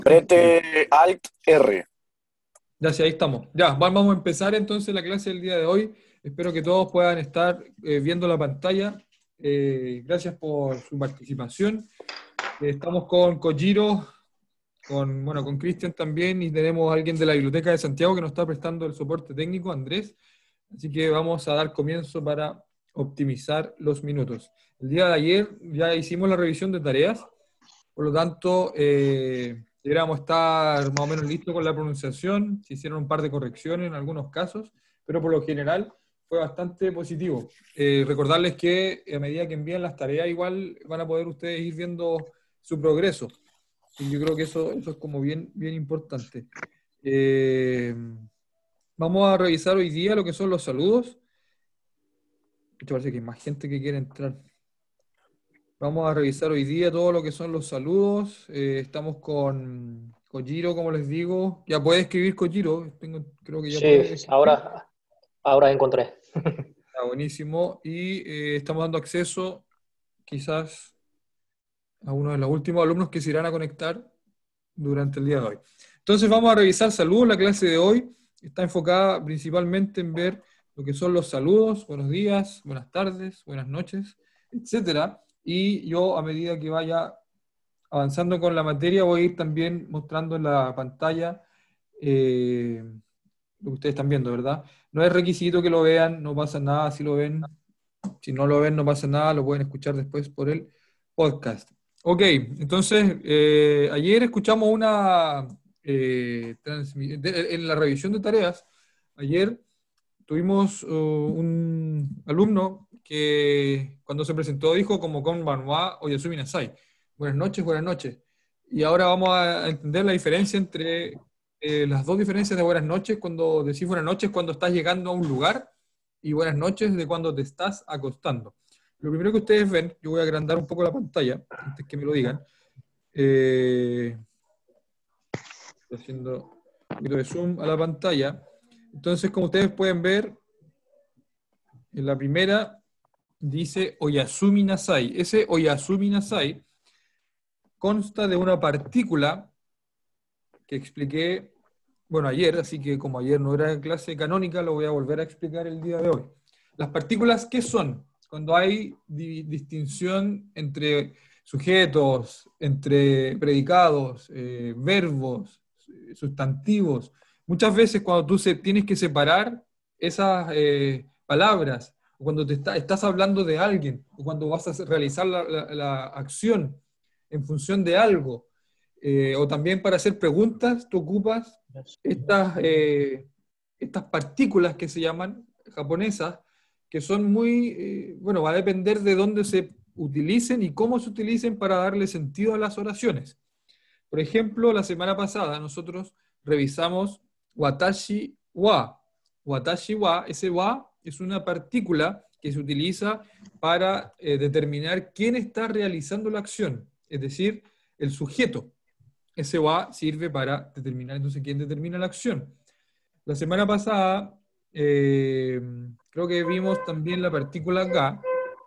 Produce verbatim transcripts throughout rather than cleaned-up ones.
Prete Alt R. Ya, sí, ahí estamos. Ya, va- vamos a empezar entonces la clase del día de hoy. Espero que todos puedan estar eh, viendo la pantalla. Eh, gracias por su participación. Eh, estamos con Kojiro, con, bueno, con Cristian también, y tenemos a alguien de la Biblioteca de Santiago que nos está prestando el soporte técnico, Andrés. Así que vamos a dar comienzo para optimizar los minutos. El día de ayer ya hicimos la revisión de tareas. Por lo tanto, eh, deberíamos estar más o menos listos con la pronunciación. Se hicieron un par de correcciones en algunos casos, pero por lo general fue bastante positivo. Eh, recordarles que a medida que envían las tareas, igual van a poder ustedes ir viendo su progreso. Y yo creo que eso, eso es como bien, bien importante. Eh, Vamos a revisar hoy día lo que son los saludos. Me parece que hay más gente que quiere entrar. Vamos a revisar hoy día todo lo que son los saludos. Eh, estamos con Kojiro, como les digo. Ya puede escribir Kojiro. Tengo, creo que ya Sí, puede escribir. ahora, ahora encontré. Está buenísimo. Y eh, estamos dando acceso quizás a uno de los últimos alumnos que se irán a conectar durante el día de hoy. Entonces vamos a revisar saludos. La clase de hoy está enfocada principalmente en ver lo que son los saludos. Buenos días, buenas tardes, buenas noches, etcétera. Y yo, a medida que vaya avanzando con la materia, voy a ir también mostrando en la pantalla eh, lo que ustedes están viendo, ¿verdad? No es requisito que lo vean, no pasa nada si lo ven. Si no lo ven, no pasa nada, lo pueden escuchar después por el podcast. Ok, entonces, eh, ayer escuchamos una, eh, transmi- de- en la revisión de tareas, ayer tuvimos uh, un alumno que cuando se presentó dijo como Konbanwa o Yasumi Nasai. Buenas noches, buenas noches. Y ahora vamos a entender la diferencia entre eh, las dos diferencias de buenas noches cuando decís buenas noches cuando estás llegando a un lugar y buenas noches de cuando te estás acostando. Lo primero que ustedes ven, yo voy a agrandar un poco la pantalla antes que me lo digan. Eh, Estoy haciendo un poquito de zoom a la pantalla. Entonces, como ustedes pueden ver, en la primera dice Oyasumi Nasai. Ese Oyasumi Nasai consta de una partícula que expliqué, bueno, ayer, así que como ayer no era clase canónica, lo voy a volver a explicar el día de hoy. Las partículas, ¿qué son? Cuando hay di- distinción entre sujetos, entre predicados, eh, verbos, eh, sustantivos. Muchas veces cuando tú se, tienes que separar esas eh, palabras, o cuando te está- estás hablando de alguien, o cuando vas a realizar la, la- la acción en función de algo, eh, o también para hacer preguntas, tú ocupas estas, eh, estas partículas que se llaman japonesas, que son muy, eh, bueno, va a depender de dónde se utilicen y cómo se utilicen para darle sentido a las oraciones. Por ejemplo, la semana pasada nosotros revisamos watashi wa. Watashi wa, ese wa es una partícula que se utiliza para eh, determinar quién está realizando la acción, es decir, el sujeto. Ese wa sirve para determinar entonces quién determina la acción. La semana pasada eh, creo que vimos también la partícula ga,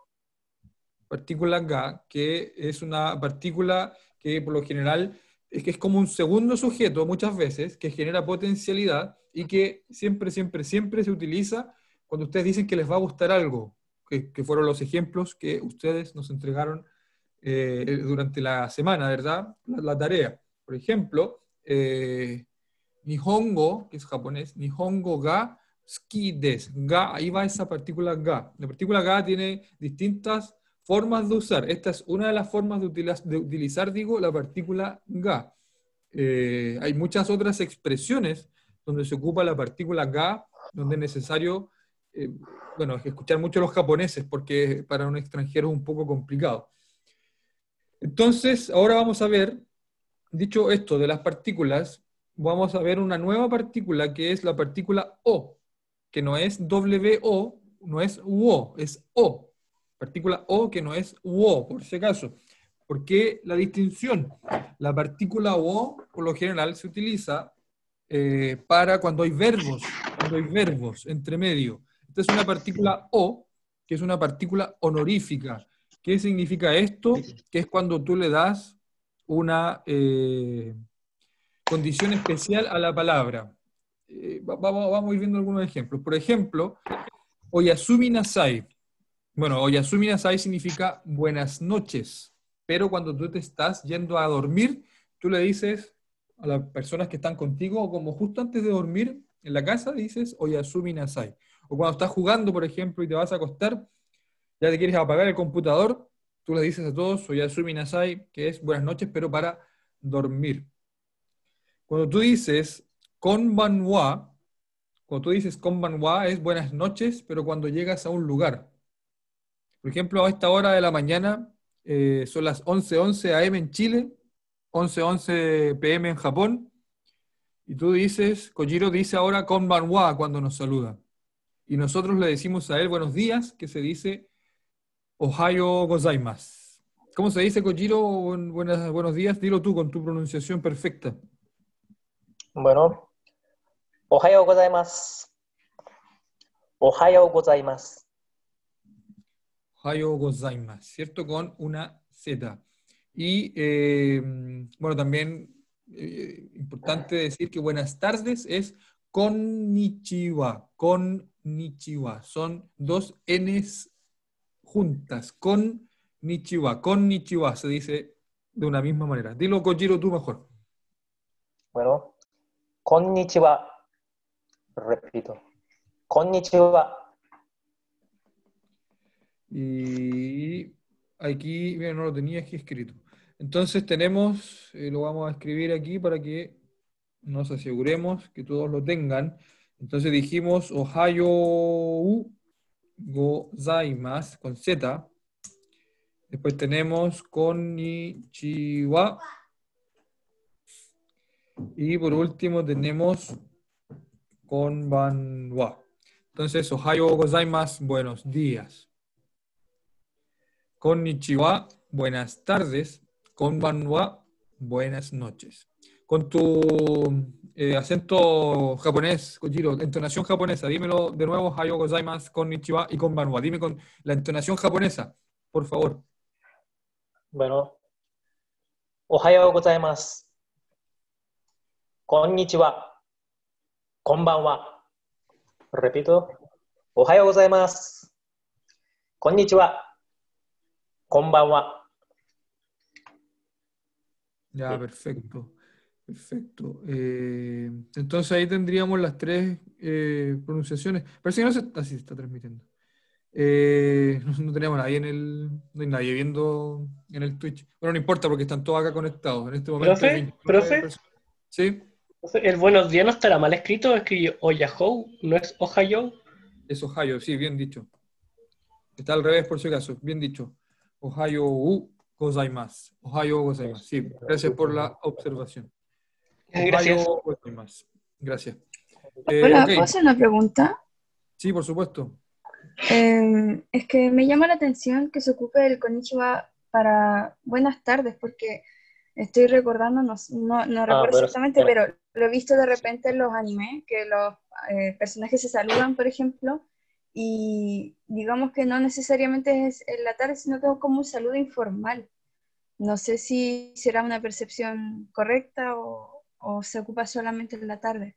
partícula ga, que es una partícula que por lo general es que es como un segundo sujeto muchas veces, que genera potencialidad y que siempre, siempre, siempre se utiliza cuando ustedes dicen que les va a gustar algo, que, que fueron los ejemplos que ustedes nos entregaron eh, durante la semana, ¿verdad? La, la tarea. Por ejemplo, eh, Nihongo, que es japonés, Nihongo ga suki desu. Ga, ahí va esa partícula ga. La partícula ga tiene distintas formas de usar. Esta es una de las formas de, utilizar, de utilizar digo, la partícula ga. Eh, hay muchas otras expresiones donde se ocupa la partícula ga, donde es necesario, eh, bueno, escuchar mucho a los japoneses, porque para un extranjero es un poco complicado. Entonces, ahora vamos a ver, dicho esto de las partículas, vamos a ver una nueva partícula que es la partícula O, que no es W O, no es U O, es O. Partícula O que no es U O, por si acaso. ¿Por qué la distinción? La partícula O, por lo general, se utiliza eh, para cuando hay verbos, cuando hay verbos entre medio. Esta es una partícula O, que es una partícula honorífica. ¿Qué significa esto? Que es cuando tú le das una, eh, condición especial a la palabra. Eh, va- vamos, vamos a ir viendo algunos ejemplos. Por ejemplo, Oyasumi Nasai. Bueno, Oyasumi Nasai significa buenas noches, pero cuando tú te estás yendo a dormir, tú le dices a las personas que están contigo, o como justo antes de dormir en la casa, dices Oyasumi Nasai. O cuando estás jugando, por ejemplo, y te vas a acostar, ya te quieres apagar el computador, tú le dices a todos Oyasumi Nasai, que es buenas noches, pero para dormir. Cuando tú dices Konbanwa, cuando tú dices Konbanwa es buenas noches, pero cuando llegas a un lugar. Por ejemplo, a esta hora de la mañana, eh, son las once once a eme en Chile, once once pe eme en Japón, y tú dices, Kojiro dice ahora Konbanwa cuando nos saluda. Y nosotros le decimos a él buenos días, que se dice Ohayo gozaimasu. ¿Cómo se dice, Kojiro? Buen- buenas- buenos días, dilo tú con tu pronunciación perfecta. Bueno, ohayou gozaimasu. Ohayou gozaimasu. Ohayo gozaimasu, ¿cierto? Con una Z. Y eh, bueno, también eh, importante decir que buenas tardes es konnichiwa, konnichiwa. Son dos Ns juntas, konnichiwa, konnichiwa, se dice de una misma manera. Dilo, Kojiro, tú mejor. Bueno, konnichiwa. Repito. Konnichiwa. Y aquí, mira, no lo tenía aquí escrito. Entonces tenemos, eh, lo vamos a escribir aquí para que nos aseguremos que todos lo tengan. Entonces dijimos Ohayou gozaimasu con Z. Después tenemos konnichiwa. Y por último tenemos konbanwa. Entonces, Ohayou gozaimasu, buenos días. Konnichiwa, buenas tardes. Konbanwa, buenas noches. Con tu eh, acento japonés, Kojiro, entonación japonesa, dímelo de nuevo, Ohayou gozaimasu, konnichiwa y konbanwa. Dime con la entonación japonesa, por favor. Bueno, ohayou gozaimasu. Konnichiwa. Konbanwa. Repito. Ohayou gozaimasu. Konnichiwa. Konbanwa. Ya, Sí. perfecto. Perfecto. Eh, entonces ahí tendríamos las tres eh, pronunciaciones. Parece que no se está, sí, se está transmitiendo. Eh, no, no tenemos nadie en el, no hay nadie viendo en el Twitch. Bueno, no importa porque están todos acá conectados. En este momento hay Profe, veintinueve profe, personas. ¿Sí? profe, el buenos días no estará mal escrito, escribió Oyahou, no es Ohio. Es Ohio, sí, bien dicho. Está al revés por si acaso, bien dicho. Ohio u gozaimasu. Ohio gozaimasu. Sí, gracias por la observación. Gracias. Ohio gozaimasu. Gracias. Eh, Hola, ok, ¿puedo hacer una pregunta? sí, por supuesto. Eh, es que me llama la atención que se ocupe el konnichiwa para buenas tardes, porque estoy recordando, no, no, no Ah, recuerdo pero, exactamente, bueno, pero lo he visto de repente en los animes, que los eh, personajes se saludan, por ejemplo, y digamos que no necesariamente es en la tarde, sino que es como un saludo informal. No sé si será una percepción correcta o, o se ocupa solamente en la tarde.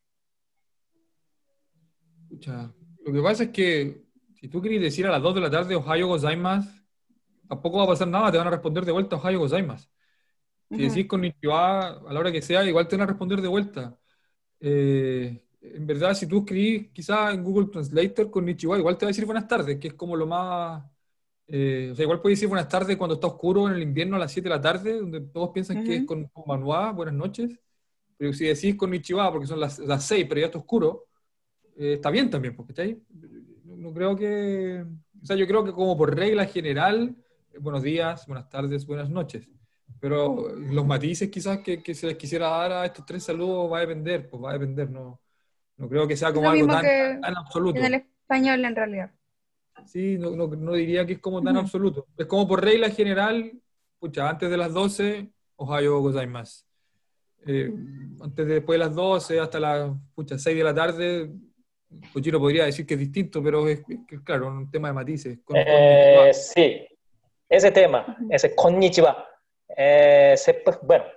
Pucha, lo que pasa es que si tú quieres decir a las dos de la tarde Ohio gozaimasu, tampoco va a pasar nada, te van a responder de vuelta Ohio gozaimasu. Si Ujú. decís konnichiwa a la hora que sea, igual te van a responder de vuelta. Eh, en verdad, si tú escribís quizás en Google Translator konnichiwa, igual te va a decir buenas tardes, que es como lo más... eh, o sea, igual puedes decir buenas tardes cuando está oscuro en el invierno a las siete de la tarde, donde todos piensan que es Ujú. con konbanwa, buenas noches. Pero si decís konnichiwa porque son las, las seis, pero ya está oscuro, eh, está bien también, porque está ahí. No, no creo que... O sea, yo creo que como por regla general, eh, buenos días, buenas tardes, buenas noches. Pero los matices quizás que, que se les quisiera dar a estos tres saludos va a depender, pues va a depender, no, no creo que sea Es como lo algo mismo tan, que tan en el absoluto. español en realidad. Sí, no, no, no diría que es como tan Ujú. absoluto. Es como por regla general, pucha, antes de las doce, Ohayou gozaimasu. Eh, antes de después de las doce hasta las pucha, seis de la tarde, Kojiro podría decir que es distinto, pero es, es que, claro, un tema de matices. Con, con eh, sí, ese tema, Ujú. ese konnichiwa, eh, se- pues, bueno,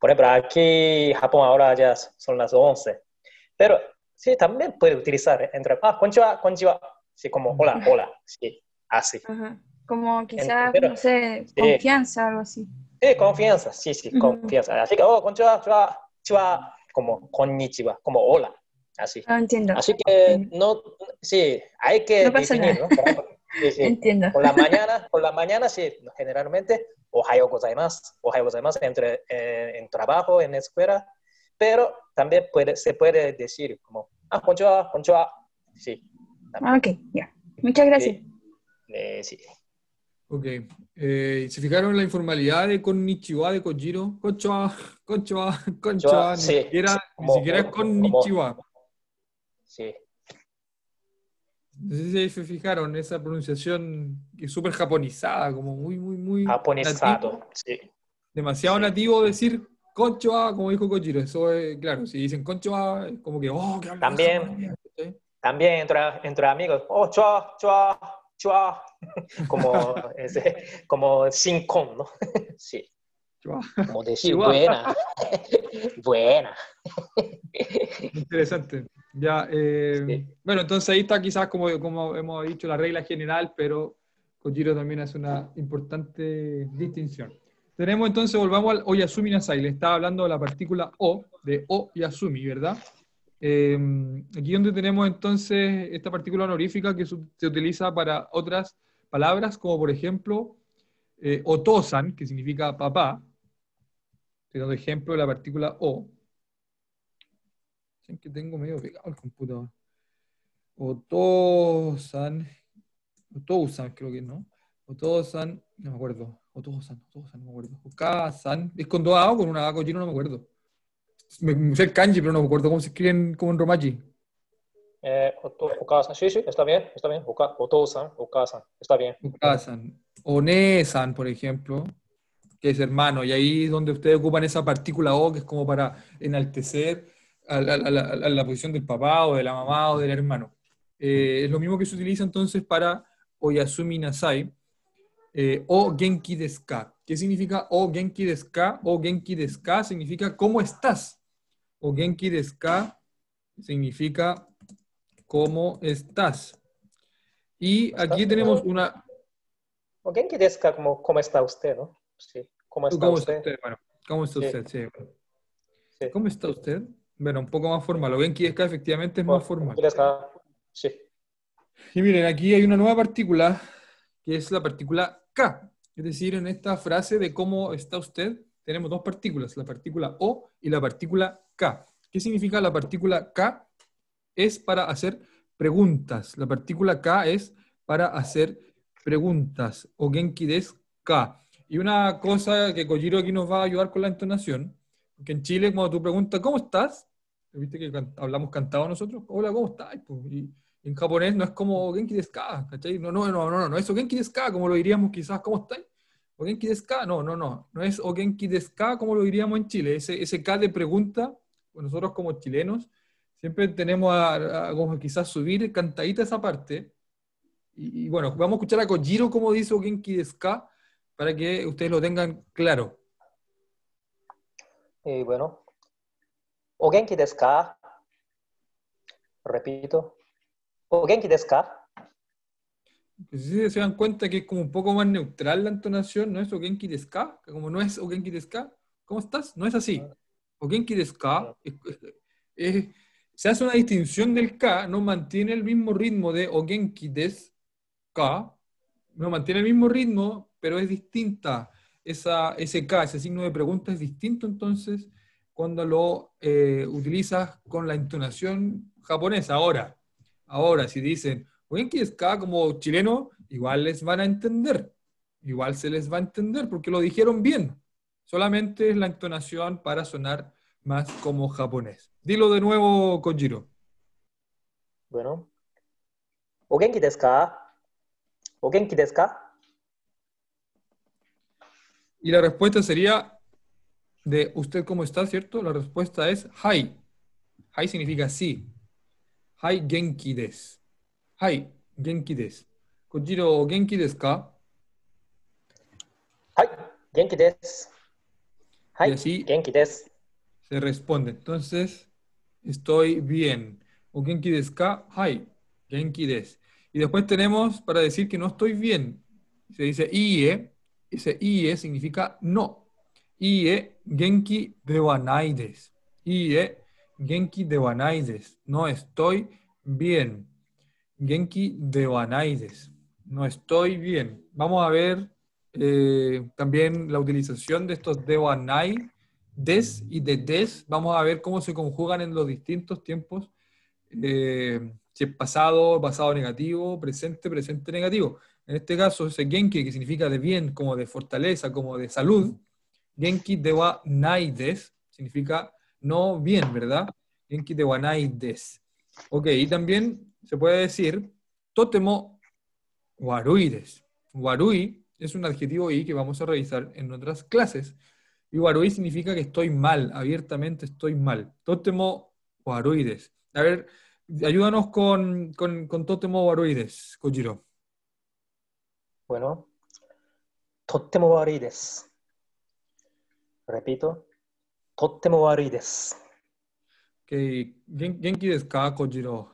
Por ejemplo, aquí en Japón ahora ya son las once. Pero sí, también puede utilizar entre, ah, konnichiwa, konnichiwa. Sí, como hola, hola. Sí, así. Ajá. Como En- quizás, pero, no sé, sí, confianza, algo así. sí, confianza. Sí, sí, Ujú. confianza. Así que, oh, konnichiwa, konnichiwa, konnichiwa, como konnichiwa, como hola. Así. Ah, entiendo. Así que Entiendo. no, sí, hay que No pasa definir, nada. ¿no? Por ejemplo, sí, sí. Entiendo. Por la mañana, por la mañana, sí, generalmente, ohayo gozaimasu, ohayo gozaimasu, entre, eh, en trabajo, en escuela, pero también puede, se puede decir como, ah, konnichiwa, konnichiwa, sí, Ah, también, ok, ya. Muchas gracias. sí, eh, sí. Ok. Eh, ¿se fijaron en la informalidad de konnichiwa de Kojiro? Konnichiwa, konnichiwa, Konnichiwa, konnichiwa. Ni sí, siquiera, ni como, siquiera es como, konnichiwa. sí, No sé si se fijaron esa pronunciación que es súper japonizada, como muy, muy, muy nativo. japonizado, sí, Demasiado sí. nativo decir konnichiwa, como dijo Kojiro. Eso es, claro, si dicen konnichiwa, es como que, oh, que habla bien También, japonés. ¿Sí? también entre, entre amigos, oh, chua, chua, chua, como, ese, como sin con, ¿no? Sí, Chua. como decir Chua. buena, buena. Interesante. Ya, eh, Sí. bueno, entonces ahí está quizás, como, como hemos dicho, la regla general, pero Kojiro también hace una importante distinción. Tenemos entonces, volvamos al Oyasumi Nasai. Le estaba hablando de la partícula O, de Oyasumi, ¿verdad? Eh, aquí donde tenemos entonces esta partícula honorífica que su- se utiliza para otras palabras, como por ejemplo eh, Otosan, que significa papá. Estoy dando ejemplo de la partícula O. Siempre que tengo medio pegado el computador. Otosan, Otousan creo que no. Otosan, no me acuerdo. Otosan, Otosan, no me acuerdo. Okasan, es con dos A o con una A cochino, no me acuerdo. Me, me sé el kanji, pero no me acuerdo cómo se escriben como en romaji. Eh, oto- Okasan, sí, sí, está bien, está bien. Oka- Otosan, Okasan, está bien. Okasan. Onesan, por ejemplo, que es hermano, y ahí es donde ustedes ocupan esa partícula O, que es como para enaltecer a la, a la- a la posición del papá o de la mamá o del hermano. Eh, es lo mismo que se utiliza entonces para Oyasumi Nasai, eh, o Genki desu ka. ¿Qué significa o Genki desu ka? O Genki desu ka significa ¿cómo estás? O Genki desu ka significa ¿cómo estás? Y ¿Cómo aquí está? tenemos una... O genki desu ka, como, ¿cómo está usted, no? Sí, ¿cómo está ¿Cómo está usted? usted? Bueno, ¿cómo está Sí, usted? Sí, bueno. sí. ¿Cómo está usted? Bueno, un poco más formal. O Genki desu ka efectivamente es O, más o formal. genki desu ka, sí. Y miren, aquí hay una nueva partícula, que es la partícula K. Es decir, en esta frase de cómo está usted, tenemos dos partículas, la partícula O y la partícula K. ¿Qué significa la partícula K? Es para hacer preguntas. La partícula K es para hacer preguntas. O Genki desu ka. Y una cosa que Kojiro aquí nos va a ayudar con la entonación, porque en Chile cuando tú preguntas, ¿cómo estás? ¿Viste que can- hablamos cantado nosotros? Hola, ¿cómo estás? Pues, y en japonés no es como Genki desu ka, ¿cachai? No, no, no, no, no, no es o Genki desu ka, como lo diríamos quizás, ¿cómo estáis? O Genki desu ka, no, no, no, no es o Genki desu ka como lo diríamos en Chile, ese, ese K de pregunta, pues nosotros como chilenos siempre tenemos a, a como quizás subir cantadita esa parte, y, y bueno, vamos a escuchar a Kojiro como dice o Genki desu ka, para que ustedes lo tengan claro. Y bueno, o genki desu ka, repito, o genki desu ka, Que si se dan cuenta que es como un poco más neutral la entonación, no es o Genki desu ka, que como no es o Genki desu ka, ¿cómo estás? No es así. O Genki desu ka es- es- es- se hace una distinción del K, no mantiene el mismo ritmo de o Genki desu ka, no mantiene el mismo ritmo, pero es distinta. Esa, ese K, ese signo de pregunta es distinto entonces cuando lo eh, utilizas con la entonación japonesa. Ahora, ahora, si dicen Genki desu ka como chileno, igual les van a entender. Igual se les va a entender porque lo dijeron bien. Solamente es la entonación para sonar más como japonés. Dilo de nuevo, Kojiro. bueno, o genki desu ka, o genki desu ka, Y la respuesta sería de usted cómo está, ¿cierto? La respuesta es Hai. Hai significa sí. Hai genki desu. Hai genki desu. Kojiro, genki desu ka? はい、元気です。 はい、 así 元気です。 se responde. Entonces, estoy bien. O genki desu ka? Hai, genki desu. Y después tenemos para decir que no estoy bien. Se dice ie. Ese ie significa no. Ie genki de wa nai desu. Ie genki de wa nai desu. No estoy bien. Genki de wa nai desu. No estoy bien. Vamos a ver eh, también la utilización de estos de wa nai, des y de des. Vamos a ver cómo se conjugan en los distintos tiempos. Eh, si es pasado, pasado negativo, presente, presente negativo. En este caso, ese genki, que significa de bien, como de fortaleza, como de salud. Genki de wa nai des significa no bien, ¿verdad? Genki de wa nai des. Ok, y también se puede decir totemo warui desu. Warui es un adjetivo i que vamos a revisar en otras clases. Y warui significa que estoy mal, abiertamente estoy mal. Totemo warui desu. A ver, ayúdanos con, con, con totemo warui desu, Kojiro. Bueno, とっても悪いです。Repito, とっても悪いです。 Okay. Gen- Genki desu ka, Kojiro?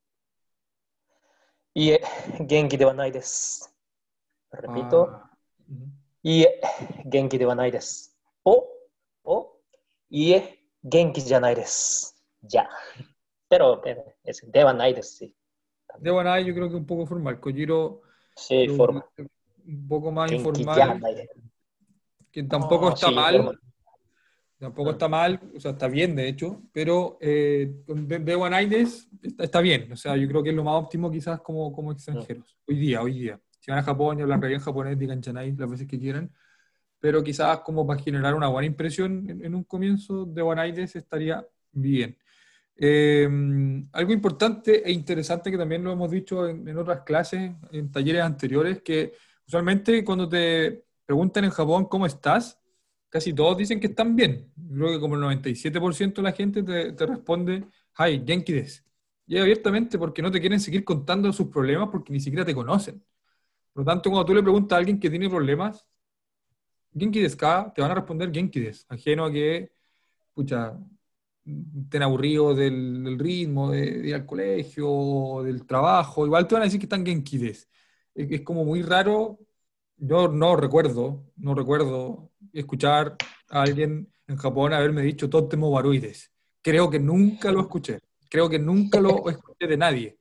いいえ、元気ではないです。Repito, Ah, ujú. いいえ、元気ではないです。おおいいえ、元気じゃないです。Ya. Pero, pero es, ではないです。Sí, De Wanai yo creo que un poco formal. Kojiro sí, lo forma. utiliza un poco más 元気じゃ informal, ないです。 que tampoco Ah, está sí, mal. forma. Tampoco Mm. está mal, o sea, está bien de hecho, pero eh, con de, de One Aides está, está bien, o sea, yo creo que es lo más óptimo quizás como, como extranjeros, hoy día, hoy día. Si van a Japón y hablan re bien japonés, digan chanai las veces que quieran, pero quizás como para generar una buena impresión en, en un comienzo de One Aides estaría bien. Eh, algo importante e interesante que también lo hemos dicho en, en otras clases, en talleres anteriores, que usualmente cuando te preguntan en Japón cómo estás, casi todos dicen que están bien. Creo que como el noventa y siete por ciento de la gente te, te responde, hi, genki desu. Y es abiertamente porque no te quieren seguir contando sus problemas porque ni siquiera te conocen. Por lo tanto, cuando tú le preguntas a alguien que tiene problemas, genki desu ka, te van a responder genki desu, ajeno a que, pucha, estén aburridos del, del ritmo, de, de ir al colegio, del trabajo, igual te van a decir que están genki desu. Es, es como muy raro. Yo no recuerdo, no recuerdo escuchar a alguien en Japón haberme dicho Totemo warui desu. Creo que nunca lo escuché. Creo que nunca lo escuché de nadie.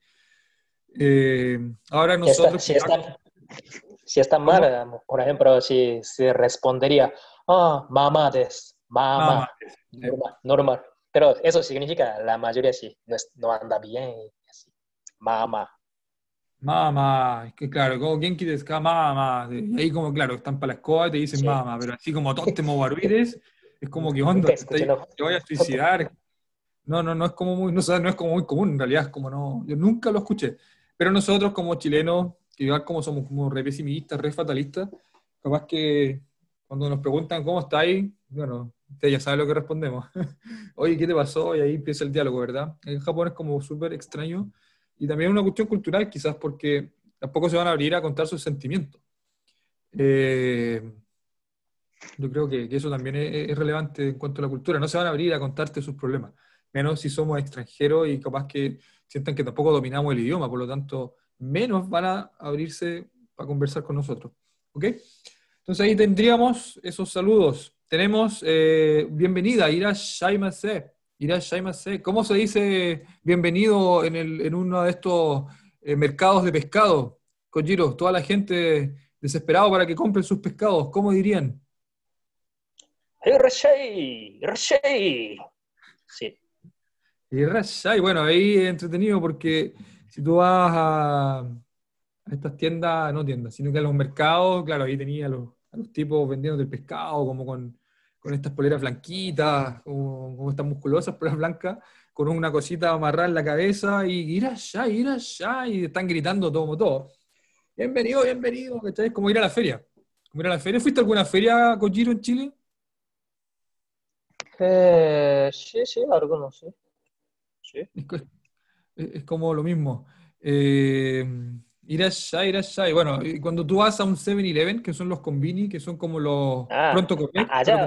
Eh, ahora Si está, nosotros... si está, si está ¿Cómo? mal, por ejemplo, si, si respondería, ah, mamá des, Nada mamá, más. normal, normal. Pero eso significa la mayoría sí, no, es, no anda bien. Así. Mamá. Mamá, es que claro, como genki desu ka, mamá. Y ahí como, claro, están para la escoba y te dicen Sí. mamá, pero así como Totemo warui desu, es como que onda, Nunca te, escuché, te, no. te voy a suicidar. No, no, no es como muy, no, sé, no es como muy común, en realidad es como no, yo nunca lo escuché. Pero nosotros como chilenos, que igual como somos como re pesimistas, re fatalistas, capaz que cuando nos preguntan cómo estáis, bueno, ustedes ya saben lo que respondemos. Oye, ¿qué te pasó? Y ahí empieza el diálogo, ¿verdad? En Japón es como súper extraño. Y también una cuestión cultural quizás porque tampoco se van a abrir a contar sus sentimientos. Eh, yo creo que, que eso también es, es relevante en cuanto a la cultura. No se van a abrir a contarte sus problemas, menos si somos extranjeros y capaz que sientan que tampoco dominamos el idioma, por lo tanto, menos van a abrirse para conversar con nosotros. ¿Ok? Entonces ahí tendríamos esos saludos. Tenemos eh, bienvenida, irashaimase. Irashaimase. ¿Cómo se dice bienvenido en, el, en uno de estos eh, mercados de pescado? Kojiro, toda la gente desesperada para que compren sus pescados, ¿cómo dirían? ¡Irashai! ¡Irashai! Sí. Y Rashai, bueno, ahí es entretenido porque si tú vas a, a estas tiendas, no tiendas, sino que a los mercados, claro, ahí tenía a los, a los tipos vendiendo el pescado, como con, con estas poleras blanquitas, como, como estas musculosas poleras blancas, con una cosita amarrada en la cabeza, y Irashai, Irashai, y están gritando todo como todo. Bienvenido, bienvenido, ¿cachai? Es como ir a la feria. Como ir a la feria. ¿Fuiste a alguna feria, Kojiro, en Chile? Eh, sí, sí, algunos, sí. Sí. Es, co- es- es como lo mismo. Eh, Irashai, Irashai. Bueno, y cuando tú vas a un seven eleven, que son los convini, que son como los Ah, pronto comer, a- pero que, allá,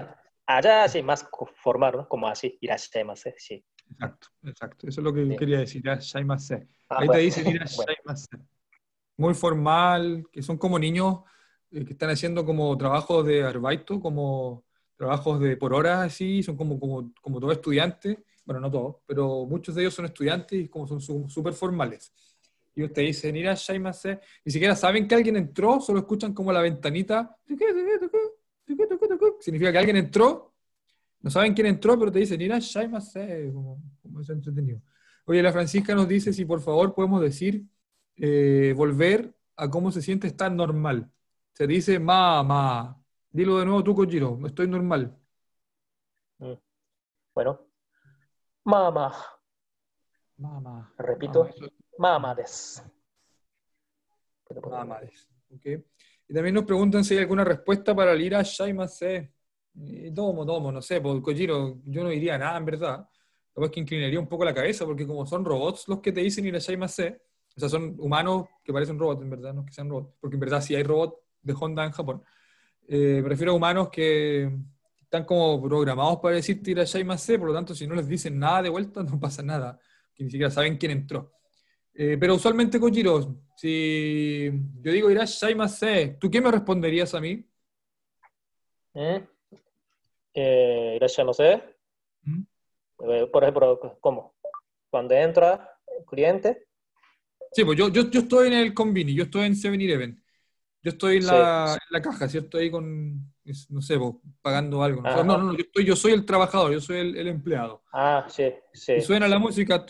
Allá sí, más co- formal, ¿no? Como así, irashaimase, sí. Exacto, exacto. Eso es lo que Sí. quería decir, irashaimase. Ah, Ahí te bueno. dicen Bueno, irashaimase. Muy formal, que son como niños eh, que están haciendo como trabajos de arbaito, como trabajos de por horas así, son como, como, como todos estudiantes, bueno, no todos, pero muchos de ellos son estudiantes y como son su- súper formales. Y ellos te dicen, ir a Shaimase, ni siquiera saben que alguien entró, solo escuchan como la ventanita, significa que alguien entró, no saben quién entró, pero te dicen, ir a Shaimase, como, como es entretenido. Oye, la Francisca nos dice si por favor podemos decir eh, volver a cómo se siente estar normal. Se dice ma, dilo de nuevo tú, Kojiro, estoy normal. mm, bueno. Mamá, Mamá, mamá, repito, eso es mamá des. Puedo poner mamá. mamá. ¿Ok? Y también nos preguntan si hay alguna respuesta para el ir a Shaimase. Eh, Domo, domo, no sé, por Kojiro, yo no diría nada en verdad. Lo que es que inclinaría un poco la cabeza, porque como son robots los que te dicen ir a Shaimase, o sea, son humanos que parecen robots en verdad, no es que sean robots, porque en verdad sí hay robots de Honda en Japón. Eh, me refiero a humanos que están como programados para decir Tirashai Mase, por lo tanto, si no les dicen nada de vuelta, no pasa nada, que ni siquiera saben quién entró. Eh, pero usualmente, Kojiro, si yo digo Irashai Mase, ¿tú qué me responderías a mí? ¿Mm? Eh, irashaimase. ¿Mm? Eh, por ejemplo, ¿cómo? Cuando entra el cliente, Sí, pues yo, yo, yo estoy en el convini, yo estoy en seven eleven. Yo estoy en sí. la, en la caja, ¿cierto? Ahí con, es- no sé, pues, pagando algo. No, sé. no, no, Ajá. no, yo, estoy, yo soy el trabajador, yo soy el, el empleado. Ah, sí, Y sí, suena la sí. música.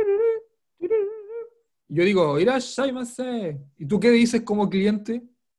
Y yo digo, irashai mase. ¿Y tú qué dices como cliente?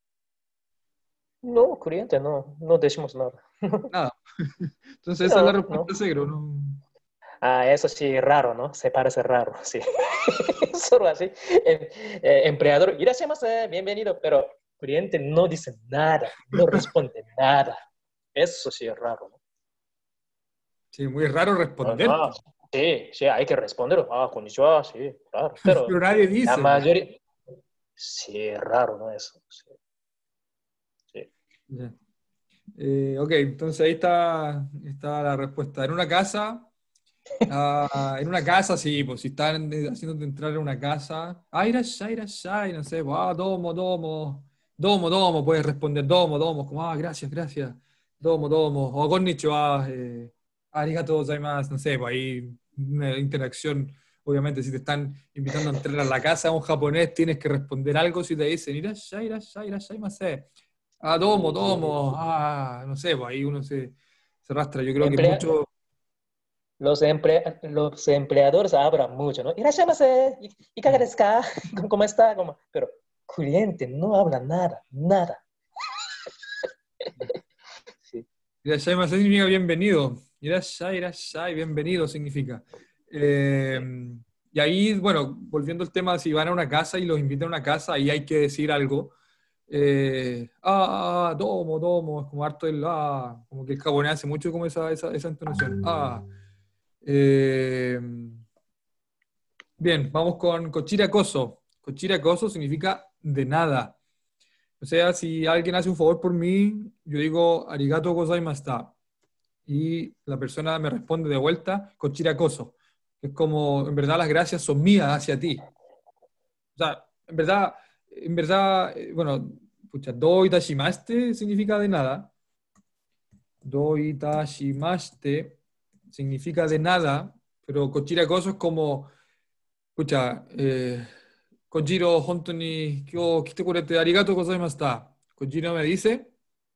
No, cliente, no, no decimos nada. Nada. Sí, Entonces esa es la no, respuesta no. seguro, ¿no? Ah, eso sí, raro, ¿no? Se parece raro, sí. Solo así. Em- eh, empleador, irashaimase, bienvenido, pero cliente no dice nada, no responde nada. Eso sí es raro, ¿no? Sí, muy raro Ah, responder, ah, po. sí, sí, hay que responder. Ah, konnichiwa, sí, claro. Pero Pero nadie la dice, po. mayoría, sí, es raro, ¿no? Eso, sí, sí. Ya. Eh, ok, entonces ahí está, está la respuesta. En una casa, ah, en una casa, sí, pues si están eh, haciéndote entrar en una casa, ah, irashai, irashai, no sé, pues, ah, domo, domo, domo, domo, puedes responder domo, domo, como, ah, gracias, gracias, domo, domo, o konnichiwa, eh, arigatou gozaimasu, no sé, pues ahí una interacción, obviamente, si te están invitando a entrar a la casa a un japonés, tienes que responder algo si te dicen, irashai, irashai, irashai, mase. Ah, domo, domo, ah, no sé, pues ahí uno se, se arrastra. Yo creo que Emplea- mucho. los, emple- los empleadores hablan mucho, ¿no? Irashaimase, ¿y y qué desu ka? ¿Cómo está? ¿Cómo? Pero cliente no habla nada, nada. Sí. Irashai Masai significa bienvenido. Irashai, Irashai, bienvenido significa. Eh, Sí. y ahí, bueno, volviendo al tema, si van a una casa y los invitan a una casa, ahí hay que decir algo. Eh, ah, ah, domo, domo, es como harto el ah, como que el japonés hace mucho como esa, esa, esa entonación. Ah. Eh, bien, vamos con Kochira Koso. Kochira Koso significa de nada. O sea, si alguien hace un favor por mí, yo digo arigato gozaimashita. Y la persona me responde de vuelta con chiracoso. Es como, en verdad las gracias son mías hacia ti. O sea, en verdad, en verdad, eh, bueno, pucha, do itashimaste significa de nada. Do itashimaste significa de nada, pero kochirakoso es como, pucha, eh, Kojiro, honto ni, kyo, kite kurete arigato gozaimashita. Kojiro me dice,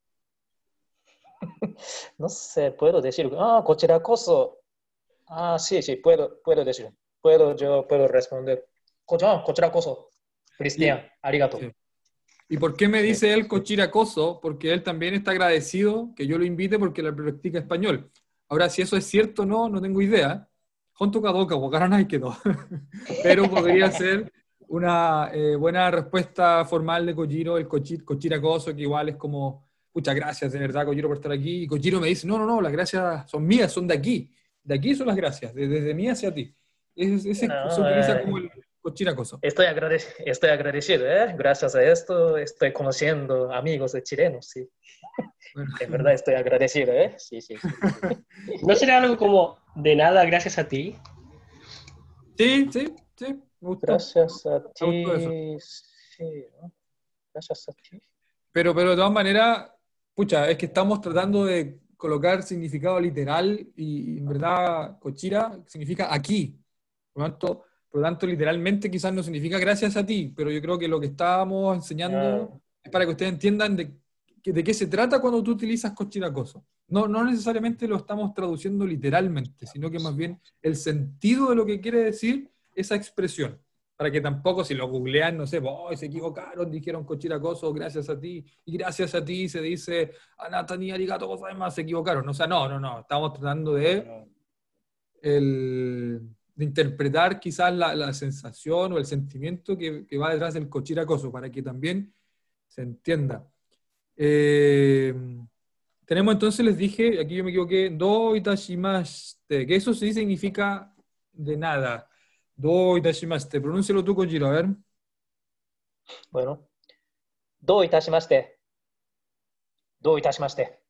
No sé, puedo decir, ah, kochira koso. Ah, sí, sí, puedo, puedo decir. Puedo, yo puedo responder. Kochira, kochira koso. y, Cristian, arigato. sí. ¿Y por qué me Sí. dice él cochiracoso? Porque él también está agradecido que yo lo invite porque le practica español. Ahora, si eso es cierto o no, no tengo idea. Honto kadoka, wakaranai kedo. Pero podría ser una eh, buena respuesta formal de Kojiro, el cochi- cochiracoso, que igual es como, muchas gracias de verdad, Kojiro, por estar aquí. Y Kojiro me dice, no, no, no, las gracias son mías, son de aquí. De aquí son las gracias, de- desde mí hacia ti. Ese, ese se No, utiliza como eh, el cochiracoso. estoy, agradec- estoy agradecido, ¿eh? Gracias a esto estoy conociendo amigos de chilenos, sí. Bueno, En verdad estoy agradecido, ¿eh? Sí, sí, sí. ¿No será algo como de nada gracias a ti? sí, sí, sí, me gustó. Gracias a Me gustó eso. ti. Sí, ¿no? Gracias a ti. Pero, pero de todas maneras, pucha, es que estamos tratando de colocar significado literal y, y en verdad cochira significa aquí. Por lo tanto, por lo tanto, literalmente quizás no significa gracias a ti, pero yo creo que lo que estábamos Ah, enseñando es para que ustedes entiendan de, que- de qué se trata cuando tú utilizas cochiracoso. No, no necesariamente lo estamos traduciendo literalmente, sino que más bien el sentido de lo que quiere decir esa expresión. Para que tampoco, si lo googlean, no sé, oh, se equivocaron, dijeron cochiracoso gracias a ti, y gracias a ti se dice anatani arigato gozaimasu, se equivocaron. O sea, no, no, no, estamos tratando de no. el, de interpretar quizás la, la sensación o el sentimiento que, que va detrás del cochiracoso, para que también se entienda. Eh, tenemos entonces, les dije, aquí yo me equivoqué, do itashimashite, que eso sí significa de nada. Do itashimashite, pronúncialo tú, Kojiro, a ver. Bueno. どういたしまして。どういたしまして。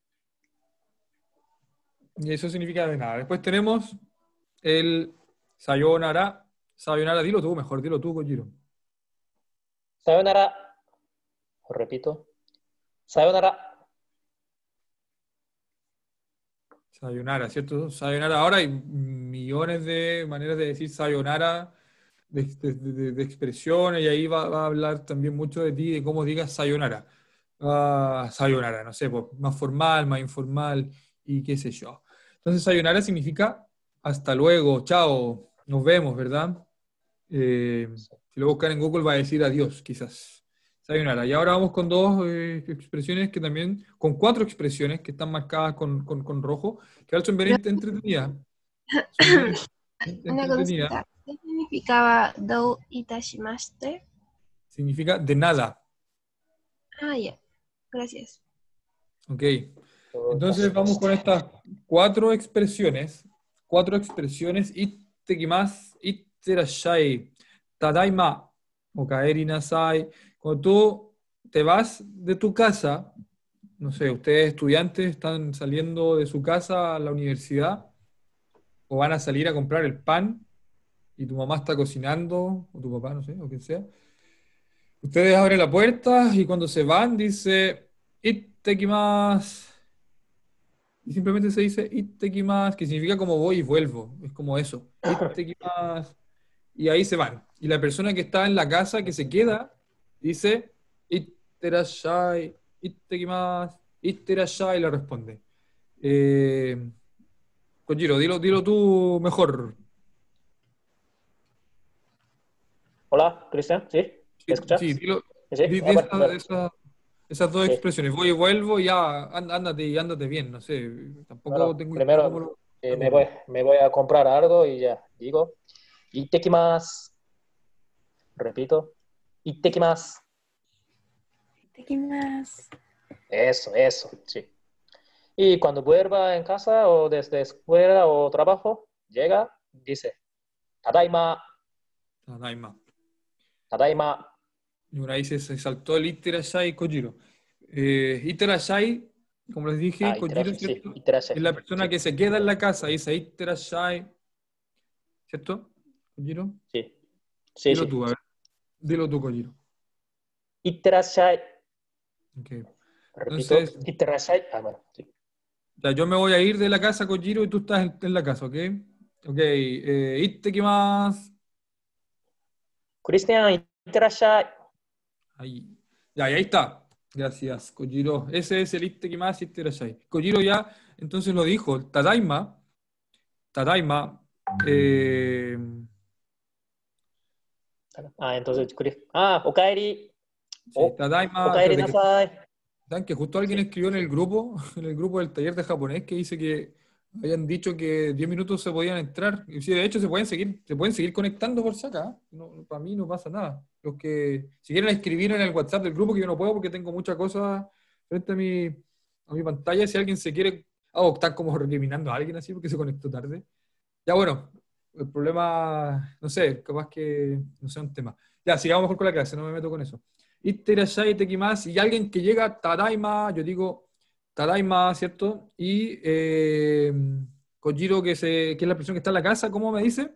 Y eso significa de nada. Después tenemos el sayonara. Sayonara, dilo tú, mejor dilo tú, Kojiro. さよなら。Repito. さよなら。 Sayonara, ¿cierto? Sayonara. Ahora hay millones de maneras de decir sayonara, de, de- de- de expresiones, y ahí va, va a hablar también mucho de ti, de cómo digas sayonara. Ah, sayonara, no sé, pues, más formal, más informal, y qué sé yo. Entonces, sayonara significa hasta luego, chao, nos vemos, ¿verdad? Eh, si lo buscan en Google va a decir adiós, quizás. Sayonara. Y ahora vamos con dos eh, expresiones que también, con cuatro expresiones que están marcadas con, con- con rojo, que ahora son bien ent- entretenidas. Son bien ent- Una entretenidas. consulta. ¿Qué significaba do itashimashite? Significa de nada. Ah, ya. Gracias. Ok. Entonces vamos con estas cuatro expresiones. Cuatro expresiones. Ittekimasu, itterashai, tadaima, o kaeri nasai. Cuando tú te vas de tu casa, no sé, ustedes estudiantes están saliendo de su casa a la universidad o van a salir a comprar el pan y tu mamá está cocinando, o tu papá, no sé, o quien sea. Ustedes abren la puerta y cuando se van dice ittekimasu. Y simplemente se dice ittekimasu, que significa como voy y vuelvo. Es como eso. Ittekimasu. Y ahí se van. Y la persona que está en la casa, que se queda, dice itterashai, ittekimasu, itterashai, le responde. Eh, Kojiro, dilo, dilo tú mejor. Hola, Cristian. ¿Sí? ¿Me Sí, escuchas? sí, dilo. Sí. Di, Ah, di bueno, esa- bueno. esa- esas dos Sí. expresiones. Voy y vuelvo, ya, án- ándate y ándate bien. No sé. Tampoco Bueno, tengo idea cómo primero lo eh, me, hago. voy, me voy a comprar algo y ya digo. Ittekimasu. Repito. Ittekimasu. Itadakimasu. Eso, eso, sí. Y cuando vuelva en casa o desde escuela o trabajo, llega, dice, Tadaima, Tadaima. Tadaima. Y una ahí se, se saltó el Itterashai Kojiro. Eh, Itterashai, como les dije, Ah, Kojiro, itterashai, sí, ¿cierto? itterashai. Es la persona Sí, que se queda en la casa, dice Itterashai, ¿cierto? Kojiro, sí, sí, dilo sí. tú, a ver. Dilo tú, Kojiro. Itterashai. Ok. Repito, Entonces, itterashai. Ah, bueno, sí. ya, yo me voy a ir de la casa, Kojiro, y tú estás en, en la casa, ¿ok? Ok, eh, ittekimasu. Cristian, itterashai. Ahí. Ya, y ahí está. Gracias, Kojiro. Ese es el ittekimasu itterashai. Kojiro ya, entonces lo dijo. El Tadaima. Tadaima. eh, Ah, entonces, Chris- ah, okaeri. sí, O, Tadaima. okaeri Espérate, que, nasai. ¿saben que justo alguien Sí. escribió en el grupo, en el grupo del taller de japonés, que dice que habían dicho que diez minutos se podían entrar? Y sí, de hecho se pueden seguir, se pueden seguir conectando por si acá. No, para mí no pasa nada. Los que si quieren escribir en el WhatsApp del grupo, que yo no puedo porque tengo muchas cosas frente a mi, a mi pantalla, si alguien se quiere. Ah, o están como recriminando a alguien así porque se conectó tarde. Ya bueno, el problema, no sé, capaz que no sea un tema. Ya, sigamos mejor con la clase, no me meto con eso. Itterashai tekimasu, y alguien que llega tadaima, yo digo Tadaima, ¿cierto? Y eh, Kojiro, que, se, que es la persona que está en la casa, ¿cómo me dice?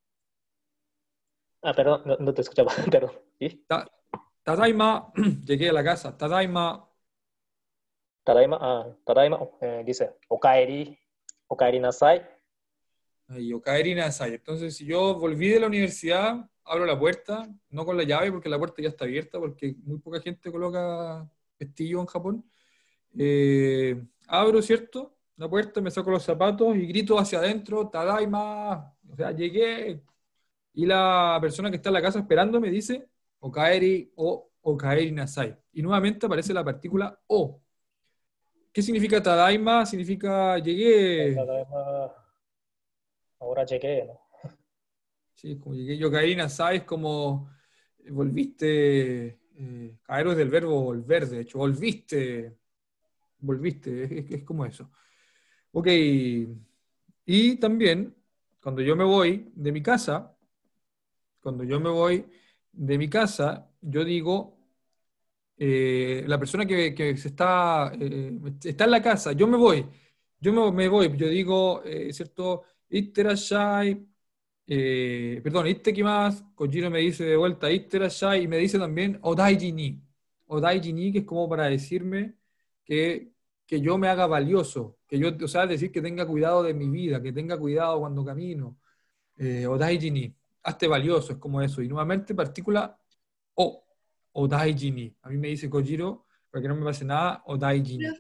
Ah, perdón, no, no te escuchaba, perdón. ¿Sí? Ta- Tadaima, llegué a la casa. Tadaima, Tadaima, ah, Tadaima, eh, dice, Okaeri, Okaeri nasai. y Okaeri Nasai. Entonces, si yo volví de la universidad, abro la puerta, no con la llave porque la puerta ya está abierta, porque muy poca gente coloca pestillo en Japón. Eh, abro, ¿cierto? La puerta, me saco los zapatos y grito hacia adentro, Tadaima, o sea, llegué. Y la persona que está en la casa esperando me dice, Okaeri o Okaeri Nasai. Y nuevamente aparece la partícula O. ¿Qué significa Tadaima? Significa llegué. Tadaima, ahora llegué, ¿no? Sí, como llegué. Y Okaeri Nasai es como eh, volviste. Eh, caero es del verbo volver, de hecho, volviste. Volviste, es, es- es como eso. Ok. Y también, cuando yo me voy de mi casa, cuando yo me voy de mi casa, yo digo, eh, la persona que, que se está, eh, está en la casa, yo me voy, yo me, me voy, yo digo, eh, ¿cierto? Itterashai, eh, perdón, ittekimasu, Kojiro me dice de vuelta itterashai y me dice también odaiji ni, odaiji ni, que es como para decirme que, que yo me haga valioso, que yo, o sea, decir que tenga cuidado de mi vida, que tenga cuidado cuando camino, eh, odaiji ni, hazte valioso, es como eso, y nuevamente partícula o, odaiji ni. A mí me dice Kojiro, para que no me pase nada, odaiji ni.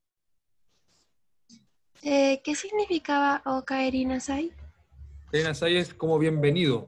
Eh, ¿qué significaba Okaeri Nasai? Nasai es como bienvenido.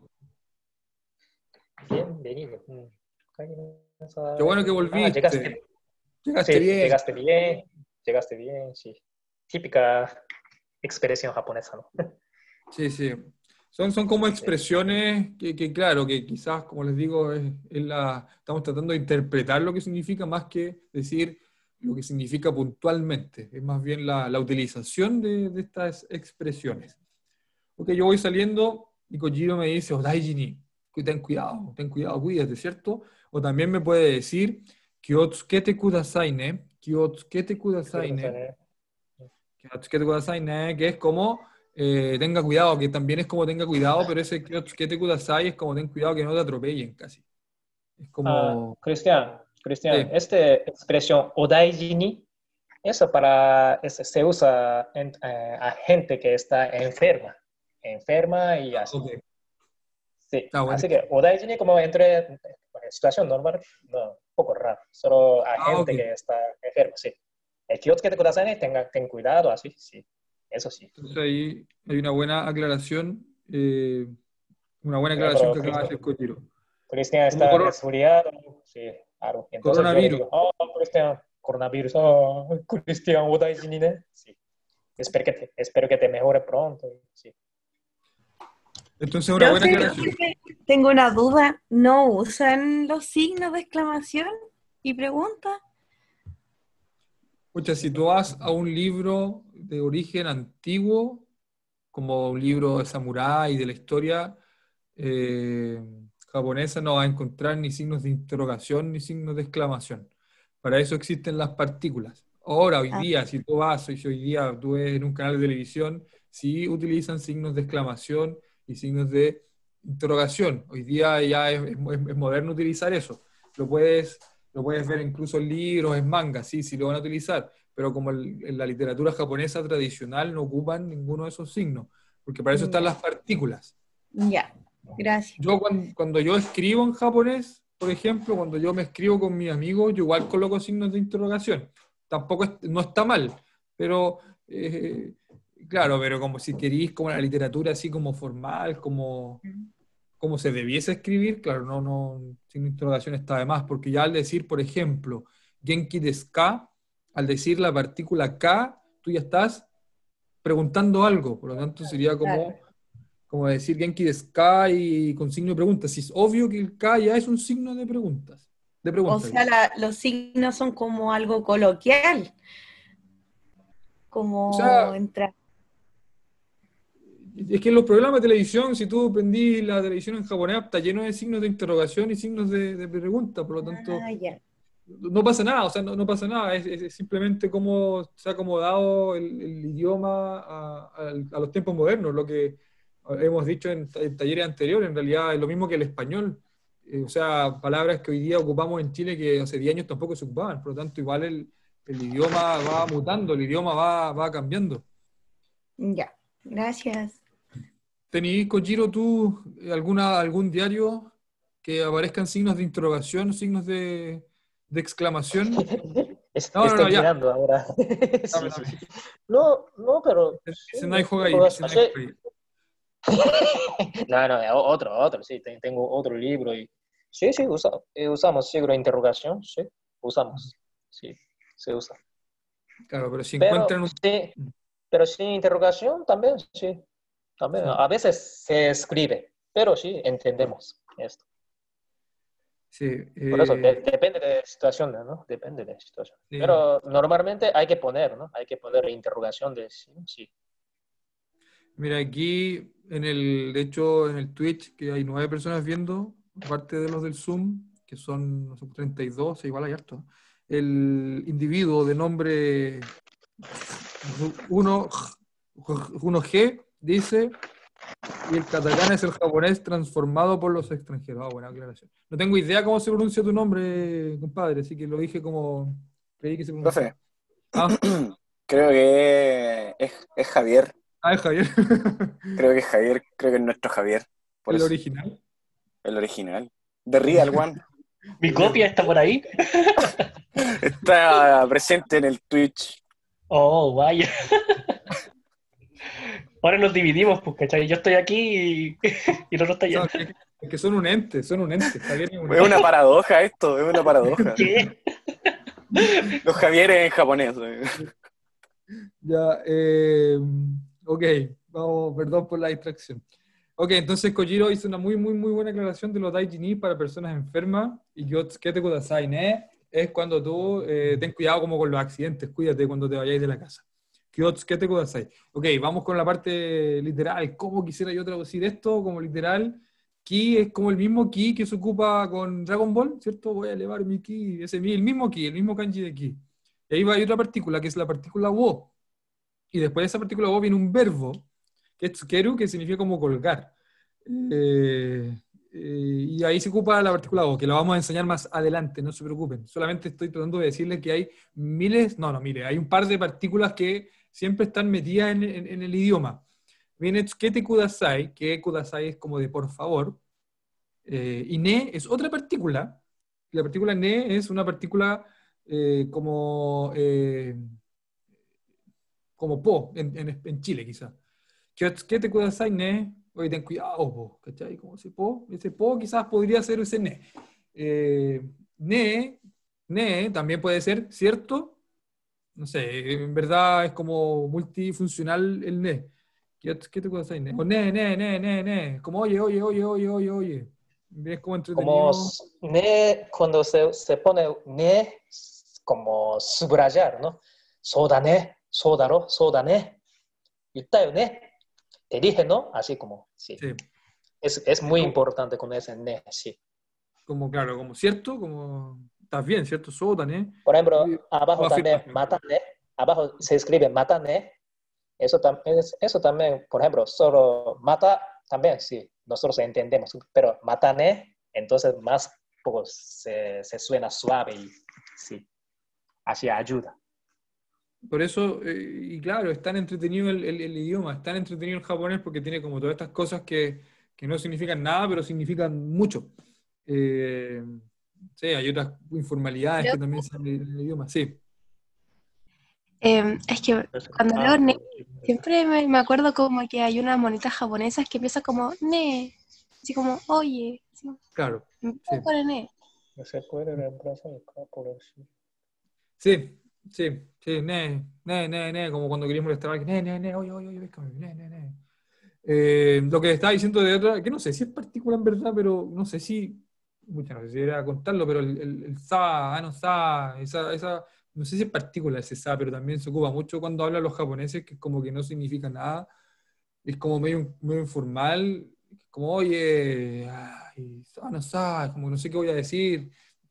Bienvenido. Mm. Okaeri nasai. Qué bueno que Ah, volviste. llegaste, Llegaste sí, bien. llegaste bien, llegaste bien, sí. Típica expresión japonesa, ¿no? Sí, sí. Son, son como expresiones que, que, claro, que quizás, como les digo, es, es la, estamos tratando de interpretar lo que significa más que decir lo que significa puntualmente. Es más bien la, la utilización de, de estas expresiones. Ok, yo voy saliendo y Kojiro me dice, odaiji ni, que ten cuidado, ten cuidado, cuídate, ¿cierto? O también me puede decir, kyotsukete kudasai ne, kyotsukete kudasai ne, kyotsukete kudasai ne, que es como, eh, tenga cuidado, que también es como tenga cuidado, pero ese kyotsukete kudasai es como ten cuidado que no te atropellen casi. Es Ah, como, Cristian, Cristian, sí, esta expresión odaiji ni, eso para, es- se usa en- eh, a gente que está enferma, enferma y así. ok, Sí, está así buenísimo. que odaiji ni como entre en situación normal, no, un poco raro, solo a Ah, ok. gente que está enferma, sí. El kyotsukete kudasai ne, tenga, ten cuidado, así, sí, eso sí. Entonces ahí hay una buena aclaración, eh, una buena Por aclaración ejemplo, que acaba de Cristian, hacer Kojiro. Cristian Como está coro- resfriado, sí, claro. Entonces yo le coronavirus. digo, oh, Cristian, coronavirus, oh, Cristian, odaiji ni ne, sí. Espero que te, espero que te mejore pronto. Sí. Entonces, una buena Profe, aclaración. profe, tengo una duda. ¿No usan los signos de exclamación y pregunta? Escucha, si tú vas a un libro de origen antiguo, como un libro de samurái, de la historia eh, japonesa, no vas a encontrar ni signos de interrogación ni signos de exclamación. Para eso existen las partículas. Ahora, hoy Ah, día, si tú vas, y si hoy día tú ves en un canal de televisión, sí utilizan signos de exclamación y signos de interrogación. Hoy día ya es, es- es moderno utilizar eso. Lo puedes, lo puedes ver incluso en libros, en mangas, sí, sí lo van a utilizar, pero como el- en la literatura japonesa tradicional no ocupan ninguno de esos signos, porque para eso están ya, las partículas. ya. Gracias. Yo cuando, cuando yo escribo en japonés, por ejemplo, cuando yo me escribo con mis amigos, yo igual coloco signos de interrogación. Tampoco es- no está mal, pero eh, claro, pero como si queréis como la literatura así como formal, como, como se debiese escribir, claro, no, no, sin interrogación está de más, porque ya al decir, por ejemplo, Genki desu ka, al decir la partícula ka, tú ya estás preguntando algo, por lo tanto sería Claro. como como decir Genki desu ka y con signo de preguntas. Si es obvio que el ka ya es un signo de preguntas. De O preguntas, sea, digo. la- los signos son como algo coloquial, O como sea, entrar. es que en los programas de televisión, si tú prendí la televisión en japonés, está lleno de signos de interrogación y signos de, de pregunta. Por lo tanto, Ah, ya. no pasa nada, o sea, no, no pasa nada, es, es simplemente cómo se ha acomodado el, el idioma a, a- a los tiempos modernos, lo que hemos dicho en, en talleres anteriores, en realidad es lo mismo que el español. Eh, o sea, palabras que hoy día ocupamos en Chile que hace diez años tampoco se ocupaban, por lo tanto igual el, el idioma va mutando, el idioma va, va cambiando. Ya, gracias. ¿Tenís, Kojiro, tú eh, alguna, algún diario que aparezcan signos de interrogación, signos de, de exclamación? Es- No, no, Estoy no, ya. mirando ahora. Dame, Sí, sí. dame. No, no, pero sí, Ese no hay juego ahí, ese interrogación, no hay juego sí. ahí. No, no, o- otro, otro, sí, te- tengo otro libro y sí, sí, usa, eh, usamos signo de interrogación, sí, usamos, sí, se usa. Claro, pero si Pero encuentran un... sí, pero sin interrogación también, sí, también. Sí, A veces se escribe, pero sí, entendemos esto. sí, Por eso, eh, de- depende de la situación, ¿no? Depende de la situación. sí. Pero normalmente hay que poner, ¿no? Hay que poner interrogación de sí, sí. Mira, aquí en el, de hecho, en el Twitch, que hay nueve personas viendo, aparte de los del Zoom, que son, no sé, treinta y dos, igual hay harto. El individuo de nombre uno G dice, y el katakana es el japonés transformado por los extranjeros. Ah, buena aclaración. No tengo idea cómo se pronuncia tu nombre, compadre, así que lo dije como creí que se pronunciaba. Profe, Ah, creo que es, es Javier. ah, es Javier. Creo que es Javier. Creo que es nuestro Javier. Por El eso, original. el original. The Real One. Mi copia está por ahí. Está presente en el Twitch. Oh, vaya. Ahora nos dividimos, pues, ¿cachai? Yo estoy aquí y, y el otro está allá. No, es que, es que son un ente, son un ente. Javier es un Es una paradoja esto, es una paradoja. ¿Qué? Los Javieres en japonés. Ya, eh, ok, vamos, perdón por la distracción. Ok, entonces Kojiro hizo una muy, muy, muy buena aclaración de los daijini para personas enfermas y Yotsukete Kudasai, ¿ne? Es cuando tú eh, ten cuidado como con los accidentes, cuídate cuando te vayáis de la casa. Yotsukete Kudasai. Ok, vamos con la parte literal. ¿Cómo quisiera yo traducir esto como literal? Ki es como el mismo ki que se ocupa con Dragon Ball, ¿cierto? Voy a elevar mi ki, ese, el mismo ki, el mismo kanji de ki. Y ahí va hay otra partícula, que es la partícula wo. Y después de esa partícula wo viene un verbo, que es tsukeru, que significa como colgar. Eh, eh, y ahí se ocupa la partícula wo, que la vamos a enseñar más adelante, no se preocupen. Solamente estoy tratando de decirles que hay miles, no, no, mire, hay un par de partículas que siempre están metidas en, en- en el idioma. Viene tsukete kudasai, que kudasai es como de por favor, eh, y ne es otra partícula. Y la partícula ne es una partícula eh, como, eh, como po en, en, en Chile, quizás. ¿Qué te kudasai ne? Oye, ten cuidado, po, ¿cachai? Como ese po, ese po quizás podría ser ese ne. Eh, ne, ne también puede ser cierto. No sé, en verdad es como multifuncional el ne. ¿Qué te kudasai ne? O ne, ne, ne, ne, ne. Como oye, oye, oye, oye, oye, oye. Es como Como entretenido. s- ne, cuando se, se pone ne, como subrayar, ¿no? Sodane, sodaro, sodane. ne. Te dije, ¿no? Así como, sí. Sí. Es, es muy Como, importante con ese ne, sí. como, claro, como cierto, como estás bien, ¿cierto? Sotan, ¿eh? Por ejemplo, Y- Como abajo también afirmación. matane, abajo se escribe matane. Eso, tam- es- eso también, por ejemplo, solo mata, también, sí, nosotros entendemos, pero matane, entonces más poco se, se suena suave y sí, así ayuda. Por eso, eh, y claro, es tan entretenido el, el- el idioma, es tan entretenido el japonés porque tiene como todas estas cosas que, que no significan nada, pero significan mucho. Eh, sí, hay otras informalidades que también salen en el idioma, sí. Eh, es que cuando leo Ah, ne, por- siempre me, me acuerdo como que hay unas monitas japonesas que empiezan como ne, así como oye, así, Claro, sí. empiezan con el ne. no se puede reemplazar acá por así. Sí, sí, sí, ne, ne, ne, ne, como cuando queríamos molestar a alguien, ne, ne, ne, oye, oye, oye, pescame, ne, ne, ne. Eh, lo que estaba diciendo de otra, que no sé si es particular en verdad, pero no sé si, mucha, no sé si era contarlo, pero el, el, el sa, ah, no sa, esa, esa, no sé si es particular ese sa, pero también se ocupa mucho cuando hablan los japoneses, que es como que no significa nada, es como medio, medio informal, como oye, ay, sa, no sa, como no sé qué voy a decir,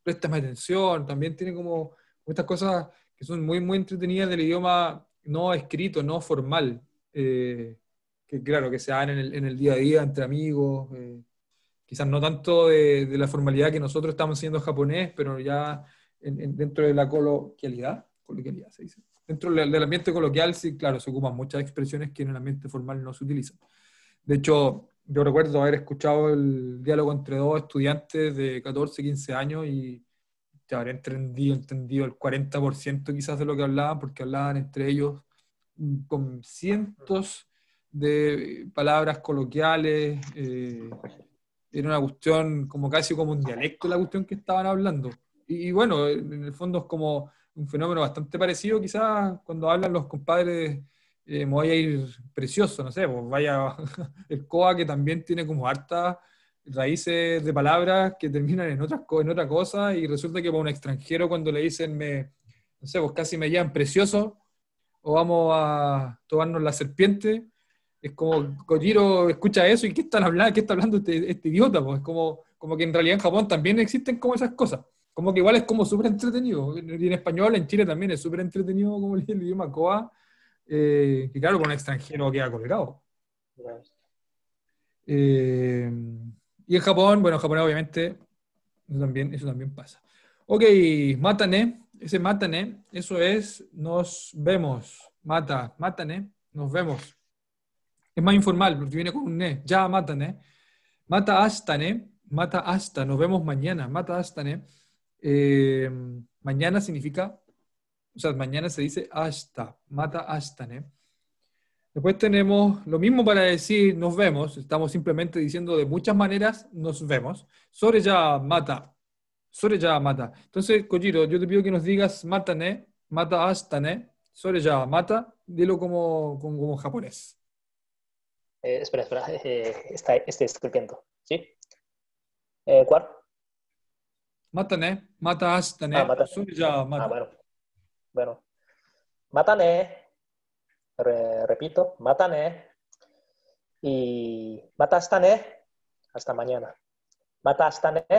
préstame atención, también tiene como estas cosas que son muy, muy entretenidas del idioma no escrito, no formal, eh, que claro, que se dan en el, en el día a día entre amigos, eh, quizás no tanto de, de la formalidad que nosotros estamos haciendo japonés, pero ya en- en- dentro de la coloquialidad, coloquialidad se dice. Dentro del, del ambiente coloquial, sí, claro, se ocupan muchas expresiones que en el ambiente formal no se utilizan. De hecho, yo recuerdo haber escuchado el diálogo entre dos estudiantes de catorce, quince años y te habré entendido, entendido el cuarenta por ciento quizás de lo que hablaban, porque hablaban entre ellos mm, con cientos de palabras coloquiales. eh, Era una cuestión como casi como un dialecto la cuestión que estaban hablando. Y, y bueno, en el fondo es como un fenómeno bastante parecido quizás cuando hablan los compadres, eh, me voy a ir precioso, no sé, pues vaya el coa que también tiene como hartas raíces de palabras que terminan en, otras, co- en otra cosa y resulta que para un extranjero cuando le dicen, me, no sé, pues casi me llaman precioso o vamos a tomarnos la serpiente, es como Kojiro escucha eso y ¿qué están hablando? ¿Qué está hablando este, este idiota? Pues es como, como que en realidad en Japón también existen como esas cosas. Como que igual es como súper entretenido. Y en español, en Chile también es súper entretenido como el, el idioma Koa, eh, que claro, con un extranjero queda colgado. Eh, y en Japón, bueno, en Japón obviamente eso también, eso también pasa. Ok, matane, ese matane, eso es nos vemos. Mata, matane, nos vemos. Es más informal, porque viene con un ne. Ya matane. Mata hastane, mata hasta, nos vemos mañana. Mata hastane. Eh, mañana significa, o sea, mañana se dice hasta. Mata hastane. Después tenemos lo mismo para decir nos vemos. Estamos simplemente diciendo de muchas maneras nos vemos. Sore ya mata. Sore ya mata. Entonces, Kojiro, yo te pido que nos digas matane, mata hastane. Sore ya mata. Dilo como, como, como japonés. Eh, espera, espera, eh, está, estoy escribiendo, ¿sí? Eh, ¿cuál? Matane, mata Ah, hastane. mata. Sore ya Ah, mata. bueno. Bueno. Mátane. Re- repito, mátane. Y mata hasta ne. Hasta mañana. Mata hasta ne.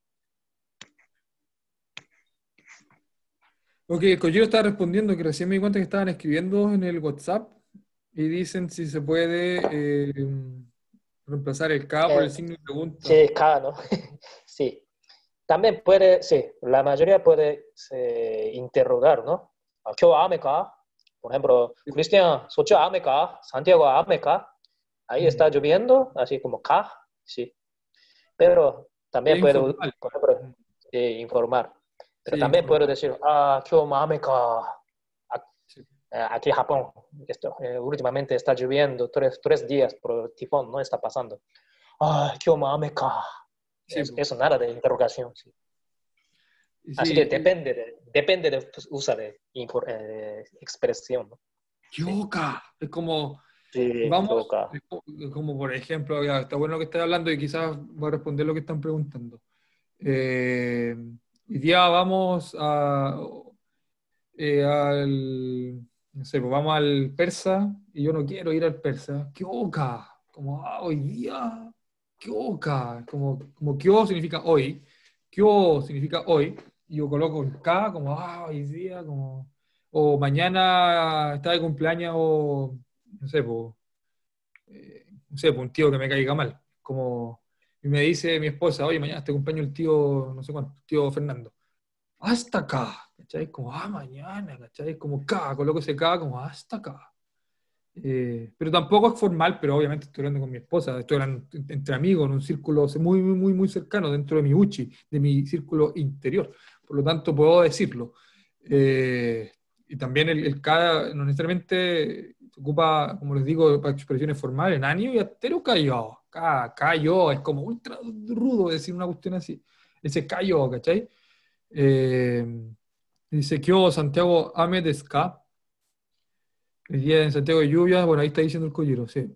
Ok, Kojiro estaba respondiendo que recién me di cuenta que estaban escribiendo en el WhatsApp y dicen si se puede eh, reemplazar el K por el Eh, signo de pregunta. sí, K, ¿no? Sí. También puede, sí, la mayoría puede eh, interrogar, ¿no? Ah, ¿qué ame ka? Por ejemplo, Cristian, ¿socho ame ka? Santiago ame ka? Ahí está lloviendo, así como K, sí. Pero Es también puedo, informal. por ejemplo, eh, informar. Pero Sí, también puedo informal. decir, ah, ¿qué ame ka? Sí. Eh, Aquí en Japón, esto, eh, últimamente está lloviendo tres, tres días por el tifón, ¿no? Está pasando. Ah, ¿qué ame ka? Sí, Es, po. eso nada de interrogación, sí. Y Así que sí, y- depende de, depende de pues, usa de infor- eh, expresión, ¿no? Sí, Kyoka. Es como, sí, vamos, choca. es co- como por ejemplo, ya, está bueno lo que estás hablando y quizás voy a responder lo que están preguntando. Eh, Hoy día vamos a, eh, al, no sé, pues vamos al persa y yo no quiero ir al persa. Kyoka, como ah, hoy día, Kyoka, como, como kyo significa hoy, kyo significa hoy, y yo coloco el K como ah, hoy día, como, o mañana está de cumpleaños, o no sé, pues, eh, no sé, pues un tío que me caiga mal, como, y me dice mi esposa, oye, mañana está de cumpleaños el tío, no sé cuánto, tío Fernando hasta acá, ¿cachai? Como, ah, mañana, ¿cachai? Como K, coloco ese K como hasta acá. Eh, pero tampoco es formal, pero obviamente estoy hablando con mi esposa, estoy hablando entre amigos, en un círculo muy, muy, muy, muy cercano, dentro de mi uchi, de mi círculo interior. Por lo tanto, puedo decirlo. Eh, y también el, el K no necesariamente se ocupa, como les digo, para expresiones formales, nani y atero cayó. K, cayó, es como ultra rudo decir una cuestión así. Ese cayó, ¿cachai? Eh, Dice, ¿qué Santiago Ame de Ska? El día en Santiago de lluvia, bueno, ahí está diciendo el collero, sí.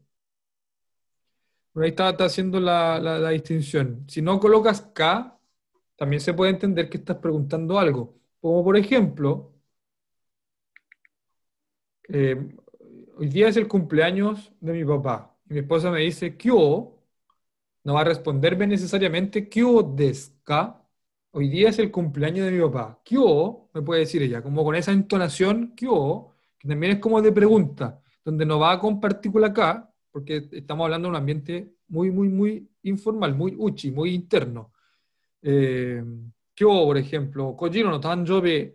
Bueno, ahí está, está haciendo la, la- la distinción. Si no colocas K, también se puede entender que estás preguntando algo. Como por ejemplo, eh, hoy día es el cumpleaños de mi papá. Y mi esposa me dice, ¿qué? No va a responderme necesariamente, ¿qué desu ka? hoy día es el cumpleaños de mi papá. ¿Kyo? Me puede decir ella, como con esa entonación, ¿kyo? Que también es como de pregunta, donde no va con partícula K, porque estamos hablando de un ambiente muy, muy, muy informal, muy uchi, muy interno. Eh, ¿Kyo, por ejemplo? Kojiro no tanjobi.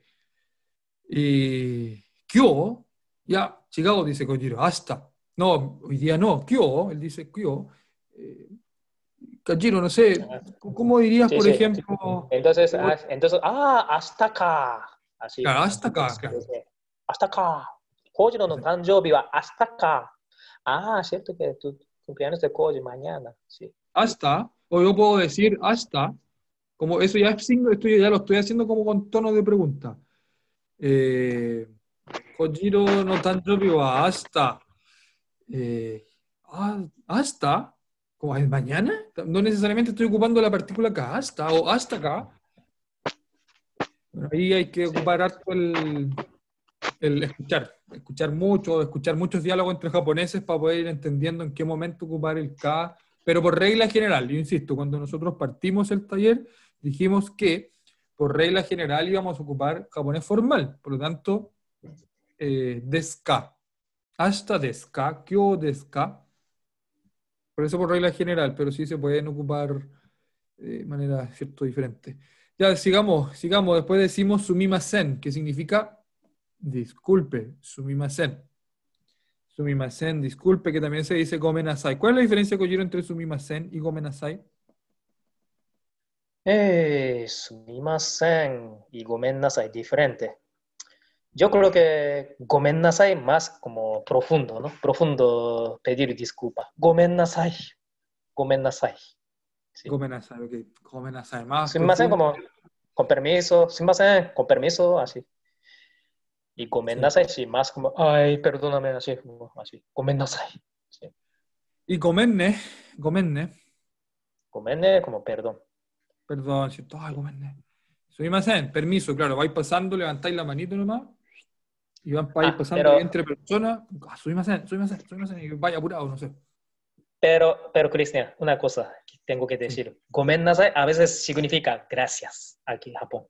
Y ¿kyo? Ya, Chicago dice Kojiro, hasta. No, hoy día no, ¿kyo? Él dice ¿kyo? Eh, Kojiro, no sé, Ah, ¿cómo dirías, sí, por sí. ejemplo? Entonces, ¿Cómo- ah, entonces, ah, hasta acá. Así. Claro, hasta acá, claro. Sí, sí. Hasta acá. Kojiro no tanjobi wa hasta acá. Ah, cierto que tu cumpleaños de Koji mañana. Sí. Hasta, o yo puedo decir hasta, como eso ya es signo, esto ya lo estoy haciendo como con tono de pregunta. Eh, Kojiro no tanjobi wa hasta. Eh, ah, hasta, como es mañana, no necesariamente estoy ocupando la partícula acá, hasta o hasta acá. Bueno, ahí hay que ocupar harto el, el escuchar, escuchar mucho, escuchar muchos diálogos entre japoneses para poder ir entendiendo en qué momento ocupar el ka, pero por regla general, yo insisto, cuando nosotros partimos el taller, dijimos que por regla general íbamos a ocupar japonés formal, por lo tanto, eh, desu ka, hasta desu ka, kyo desu ka, por eso por regla general, pero sí se pueden ocupar de manera, cierto, diferente. Ya, sigamos, sigamos, después decimos sumimasen, que significa disculpe, sumimasen. Sumimasen, disculpe, que también se dice gomenasai. ¿Cuál es la diferencia, Kojiro, entre sumimasen y gomenasai? Eh, sumimasen y gomennasai, diferente. Yo creo que gomennasai más como profundo, ¿no? Profundo pedir disculpa. Gomennasai, gomennasai. Sí. Gomenasai, ok. Gomenasai, más Sumimasen profundo. como con permiso, sumimasen con permiso, así. Y gomennasai sí, más como, ay, perdóname, así, como así. Gomennasai. Sí. Y gomenne, gomenne, Gomenne como perdón. perdón, ¿cierto? Ay, gomenne. Sumimasen, permiso, claro, vais pasando, levantáis la manito nomás, y van vais Ah, pasando pero, ahí entre personas, ah, sumimasen, sumimasen, sumimasen, y vaya apurado, no sé. pero, pero, Cristian, una cosa que tengo que decir. Gomennasai a veces significa gracias aquí en Japón.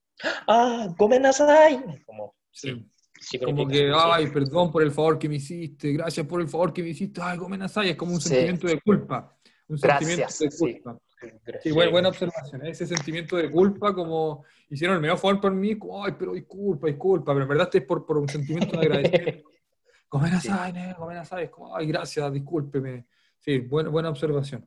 Ah, gomennasai. Como, sí, Sí. Como significa, que, sí. ay, perdón por el favor que me hiciste, gracias por el favor que me hiciste, ay, gomenasai, es como un Sí. sentimiento de culpa, un sentimiento Gracias, de sí. culpa. Sí, Sí. buena, buena observación, ¿eh? Ese sentimiento de culpa, como hicieron el mejor favor por mí, como, ay, pero disculpa, disculpa, pero en verdad es por, por un sentimiento de agradecimiento. Gomenasai, ¿eh? Gomenasai, es como, ay, gracias, discúlpeme. Sí, buena, buena observación.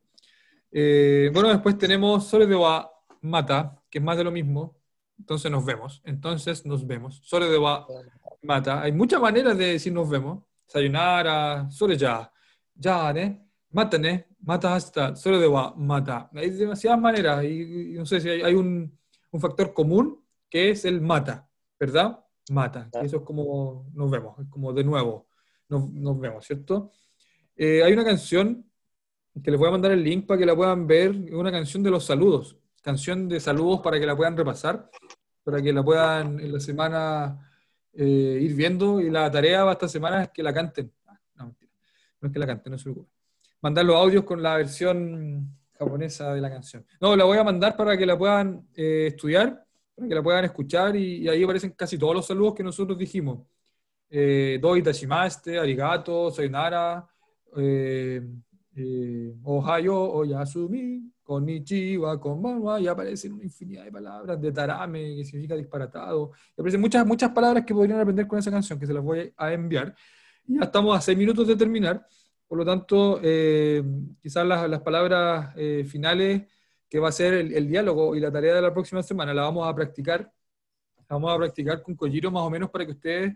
Eh, bueno, después tenemos Sore de wa mata, que es más de lo mismo, entonces nos vemos, entonces nos vemos. Sore de wa mata, hay muchas maneras de decir nos vemos. Sayonara, sore ya, ya, ¿ne? Mata, ¿ne? Mata hasta, sore de wa mata. Hay demasiadas maneras y, y no sé si hay, hay un, un factor común que es el mata, ¿verdad? Mata, que eso es como nos vemos, es como de nuevo, nos, nos vemos, ¿cierto? Eh, hay una canción que les voy a mandar el link para que la puedan ver, es una canción de los saludos, canción de saludos para que la puedan repasar, para que la puedan en la semana eh, ir viendo, y la tarea para esta semana es que la canten. Ah, no, mentira, no es que la canten, no se preocupen. Mandar los audios con la versión japonesa de la canción. No, la voy a mandar para que la puedan eh, estudiar, para que la puedan escuchar, y, y ahí aparecen casi todos los saludos que nosotros dijimos. Eh, Doi tashimaste, arigato, sayonara, eh, eh, ohayo, oyasumi, konnichiwa, konbanwa, y aparecen una infinidad de palabras, de tarame, que significa disparatado, y aparecen muchas, muchas palabras que podrían aprender con esa canción, que se las voy a enviar. Y ya estamos a seis minutos de terminar, por lo tanto, eh, quizás las, las palabras eh, finales, que va a ser el, el diálogo y la tarea de la próxima semana, la vamos a practicar, la vamos a practicar con Kojiro más o menos para que ustedes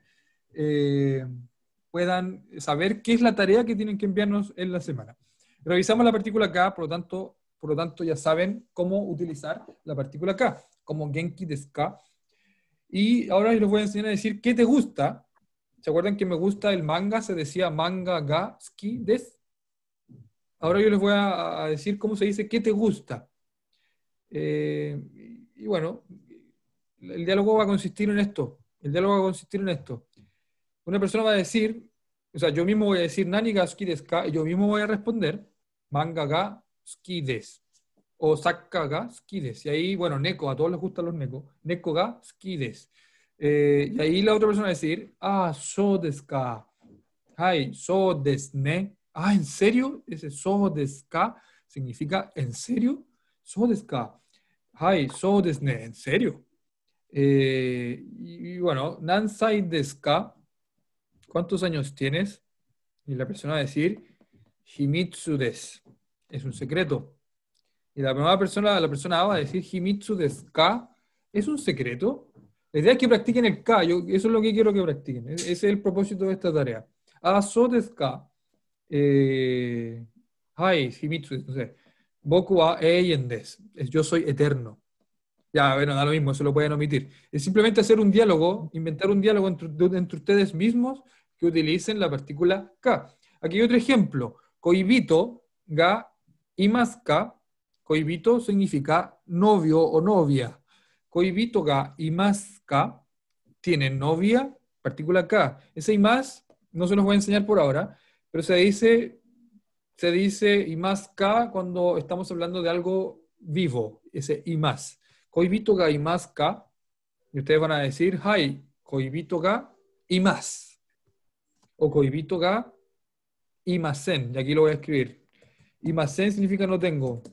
eh, puedan saber qué es la tarea que tienen que enviarnos en la semana. Revisamos la partícula K, por lo tanto, por lo tanto ya saben cómo utilizar la partícula K, como Genki desu ka. Y ahora les voy a enseñar a decir qué te gusta. ¿Se acuerdan que me gusta el manga? Se decía manga ga suki desu. Ahora yo les voy a, a decir cómo se dice qué te gusta. Eh, y bueno, el diálogo va a consistir en esto. El diálogo va a consistir en esto. Una persona va a decir, o sea, yo mismo voy a decir nani ga suki desu ka, y yo mismo voy a responder manga ga suki desu. o sakka ga suki desu. Y ahí, bueno, neko, a todos les gustan los neko. Neko ga suki desu. Eh, y ahí la otra persona va a decir, ah, so desu ka. Hai, so desu ne. Ah, ¿en serio? Ese so desu ka significa ¿en serio? So desu ka. Hai, so desu ne. ¿En serio? Eh, y, y bueno, nansai desu ka. ¿Cuántos años tienes? Y la persona va a decir, himitsu desu. Es un secreto. Y la primera persona, la persona A va a decir, himitsu desu ka. ¿Es un secreto? La idea es que practiquen el ka. Yo, eso es lo que quiero que practiquen. E- Ese es el propósito de esta tarea. Ah, so desu ka. Eh, hai, himitsu desu. No sé. Boku wa eien desu. Es yo soy eterno. Ya, bueno, da lo mismo, eso lo pueden omitir. Es simplemente hacer un diálogo, inventar un diálogo entre, de- entre ustedes mismos que utilicen la partícula ka. Aquí hay otro ejemplo. Koibito ga imasu ka. Koibito significa novio o novia. Koibito ga imasu ka. ¿Tiene novia? Partícula ka. Ese imas no se los voy a enseñar por ahora, pero se dice, se dice imasu ka cuando estamos hablando de algo vivo. Ese imas. Koibito ga imasu ka. Y ustedes van a decir, hai, koibito ga imasu. O koibito ga imasen. Y aquí lo voy a escribir. Imasen significa no tengo.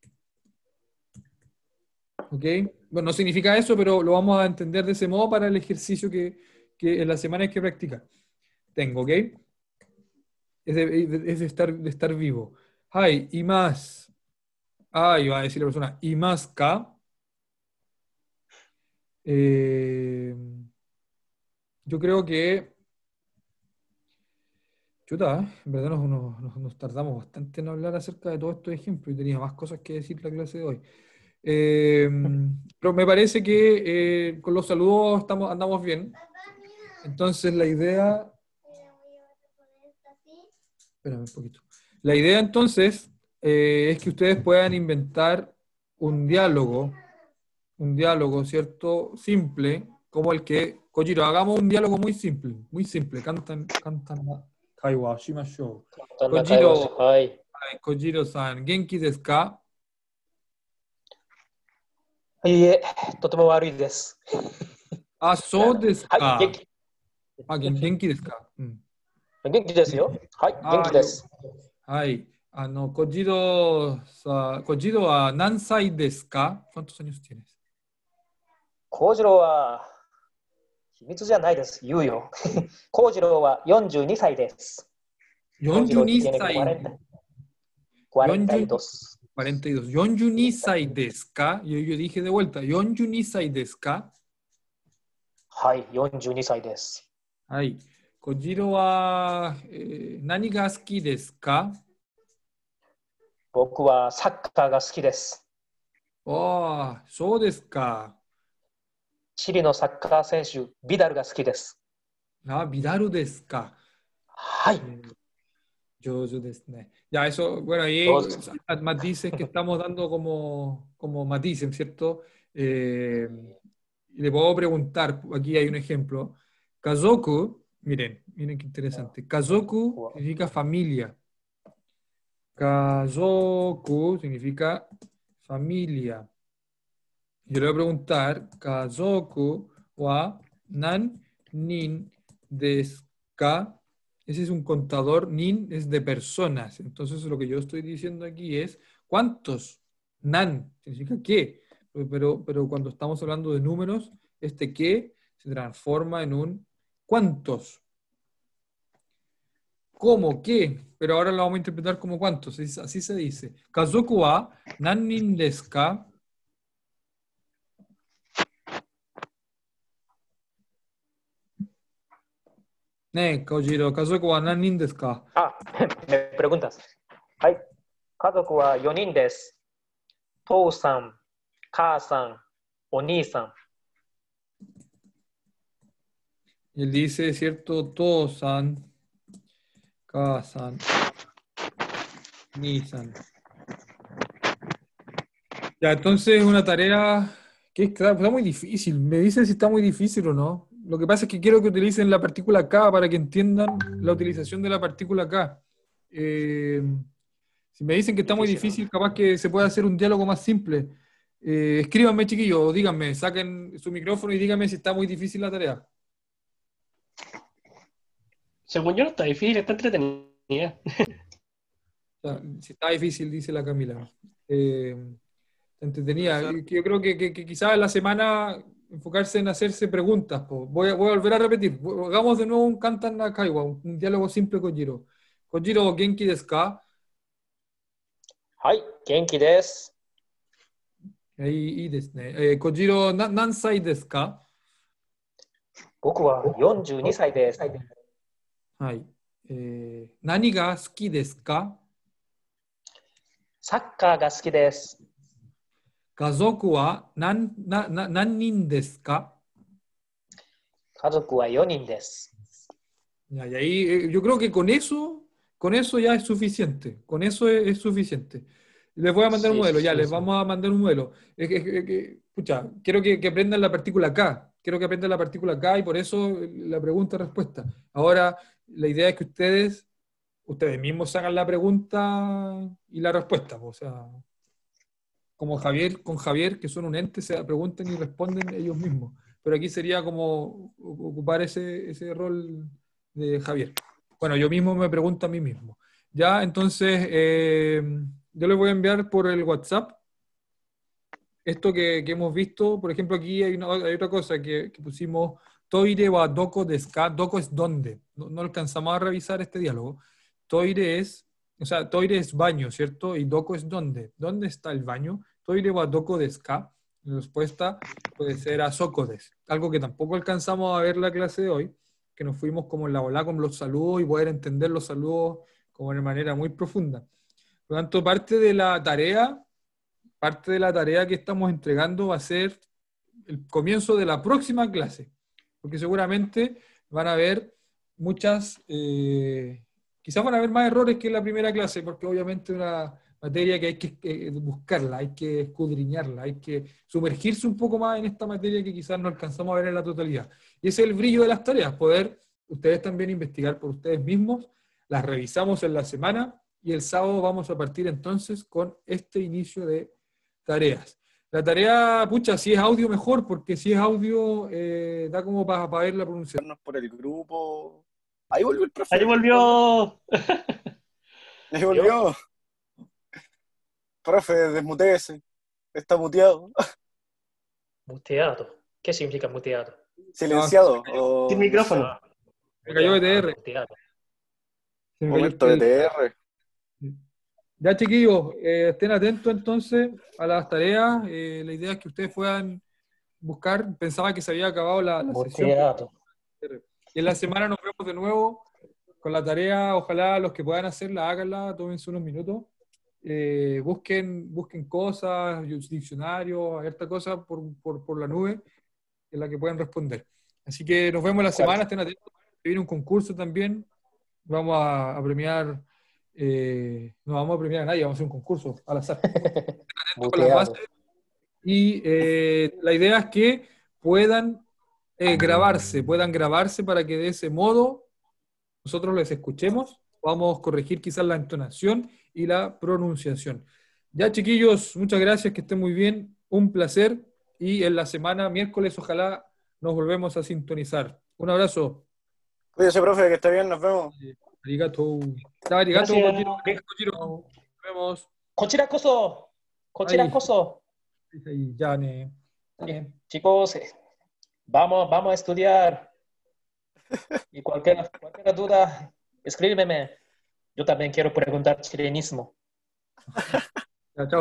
¿Ok? Bueno, no significa eso, pero lo vamos a entender de ese modo para el ejercicio que, que en la semana hay que practicar. Tengo, ¿ok? Es de, es de estar, de estar vivo. Hai, imas. Ay, va a decir la persona, imas ka. Eh, yo creo que, chuta, ¿eh? En verdad nos, nos- nos- nos tardamos bastante en hablar acerca de todos estos ejemplos y tenía más cosas que decir la clase de hoy. Eh, pero me parece que eh, con los saludos estamos, andamos bien. Entonces la idea... Espérame un poquito. La idea entonces eh, es que ustedes puedan inventar un diálogo, un diálogo, ¿cierto? Simple, como el que... Kojiro, hagamos un diálogo muy simple, muy simple. Cantan, cantan, kaiwa shimashou. 簡単な会話し Kojiro, はい。 Kojiro-san, genki desu ka? いいえ、とても悪いです。 Ah, so desu はい、 ka? 元気。 Ah, gen- genki desu ka? Mm. 元気ですよ。はい、 あー元気です。 はい。あの、Kojiro, sa- Kojiro wa nansai desu ka? ¿Cuántos años tienes? 幸次郎は、秘密じゃないです。言うよ。幸次郎はよんじゅうにさいです。幸次郎 42 tiene 歳。 cuarenta cuarenta y dos. cuarenta y dos. 42 歳ですか? Yo, yo dije de vuelta. 42 歳ですか? はい、よんじゅうにさいです。 はい。Kojiro wa、えー何が好きですか? 僕はサッカーが好きです。 ああ、そうですか。 チリのサッカー選手、ビダルが好きです。 あ、ビダルですか。 はい。 上手ですね. Ya, eso, bueno, ahí Dos. matices que estamos dando como, como matices, ¿cierto? Eh, y le puedo preguntar, aquí hay un ejemplo. Kazoku, miren, miren qué interesante. Kazoku significa familia. Kazoku significa familia. Yo le voy a preguntar, Kazoku wa nan nin desu ka? Ese es un contador, nin es de personas. Entonces lo que yo estoy diciendo aquí es, ¿cuántos? Nan significa qué. Pero, pero cuando estamos hablando de números, este qué se transforma en un ¿cuántos? ¿Cómo? ¿Qué? Pero ahora lo vamos a interpretar como ¿cuántos? Es- Así se dice. Kazoku wa nan nin desu ka? Ne, Kojiro, Kazoku wa nan nin desu ka? あ、me preguntas. はい。家族はよにんです。父さん、母さん、お兄さん。 Y él dice, ¿cierto? To-san, ka-san, ni-san. Ya, entonces es una tarea que está, está muy difícil. Me dicen si está muy difícil o no. Lo que pasa es que quiero que utilicen la partícula K para que entiendan la utilización de la partícula K. Eh, Si me dicen que está muy Difícil, difícil, capaz que se puede hacer un diálogo más simple. Eh, escríbanme, chiquillos, o díganme, saquen su micrófono y díganme si está muy difícil la tarea. Según yo no está difícil, está entretenida. O sea, si está difícil, dice la Camila. Eh, entretenida. Profesor. Yo creo que, que, que quizás en la semana enfocarse en hacerse preguntas. Po. Voy, a, voy a volver a repetir. Hagamos de nuevo un Kantan na Kaiwa, un, un diálogo simple con Jiro. Con Jiro, ¿genki desu ka? はい、元気です。 Ahí,いいですね。えー、こじろ、な、何歳ですか？ 僕はよんじゅうにさいです。 はい。えー、何が好きですか？ サッカーが好きです。 家族は何、な、な、何人ですか？ 家族はよにんです。 Ya, y ahí eh, yo creo que con eso, con eso ya es suficiente. Con eso es, es suficiente. Les voy a mandar un Sí, modelo, ya, sí, les sí. vamos a mandar un modelo. Es que, es que- es que, pucha, quiero que, que aprendan la partícula K. Quiero que aprendan la partícula K y por eso la pregunta-respuesta. Ahora, la idea es que ustedes, ustedes mismos hagan la pregunta y la respuesta. O sea, como Javier, con Javier, que son un ente, se preguntan y responden ellos mismos. Pero aquí sería como ocupar ese, ese rol de Javier. Bueno, yo mismo me pregunto a mí mismo. Ya, entonces, eh, yo les voy a enviar por el WhatsApp esto que, que hemos visto. Por ejemplo, aquí hay, una- hay otra cosa que, que pusimos, toire wa doko desu ka? Doko es dónde. No, no alcanzamos a revisar este diálogo. Toire es, o sea, toire es baño, ¿cierto? Y doko es dónde. ¿Dónde está el baño? Toire wa doko desu ka? La respuesta puede ser a soko desu. Algo que tampoco alcanzamos a ver la clase de hoy, que nos fuimos como en la ola con los saludos y poder entender los saludos como de manera muy profunda. Por lo tanto, parte de la tarea, parte de la tarea que estamos entregando va a ser el comienzo de la próxima clase, porque seguramente van a haber muchas, eh, quizás van a haber más errores que en la primera clase, porque obviamente es una materia que hay que eh, buscarla, hay que escudriñarla, hay que sumergirse un poco más en esta materia que quizás no alcanzamos a ver en la totalidad. Y ese es el brillo de las tareas, poder ustedes también investigar por ustedes mismos, las revisamos en la semana y el sábado vamos a partir entonces con este inicio de tareas. La tarea, pucha, si es audio mejor, porque si es audio eh, da como para ver la pronunciación. Vernos por el grupo. Ahí volvió el profe. Ahí volvió. Ahí volvió. Profe, desmuteese. Está muteado. Muteado. ¿Qué significa muteado? Silenciado. O, Sin micrófono. Me cayó B T R. Muteado. Se me cayó Momento el- de T R. Ya, chiquillos, eh, estén atentos entonces a las tareas. Eh, la idea es que ustedes puedan buscar. Pensaba que se había acabado la, la sesión. Muteado. Y en la semana nos vemos de nuevo con la tarea. Ojalá los que puedan hacerla, háganla, tómense unos minutos. Eh, busquen, busquen cosas, diccionarios, esta cosa por, por, por la nube en la que pueden responder. Así que nos vemos en la semana. Estén atentos. Viene un concurso también. Vamos a, a premiar. Eh, no vamos a premiar a nadie, vamos a hacer un concurso al azar. Con las Muteado. bases. Y eh, la idea es que puedan eh, grabarse, puedan grabarse para que de ese modo nosotros les escuchemos, vamos a corregir quizás la entonación y la pronunciación. Ya, chiquillos, muchas gracias, que estén muy bien, un placer, y en la semana, miércoles, ojalá nos volvemos a sintonizar. Un abrazo. Cuídese, profe, que esté bien, nos vemos. Arigato. Arigato, Gracias. Kojiro. Kojiro. Nos vemos. こちらこそ、こちらこそ。 Ahí, ya, ne. Ya, ne. Chicos, eh, vamos, vamos a estudiar. Y cualquier, cualquier duda, escríbeme. Yo también quiero preguntar chilenismo.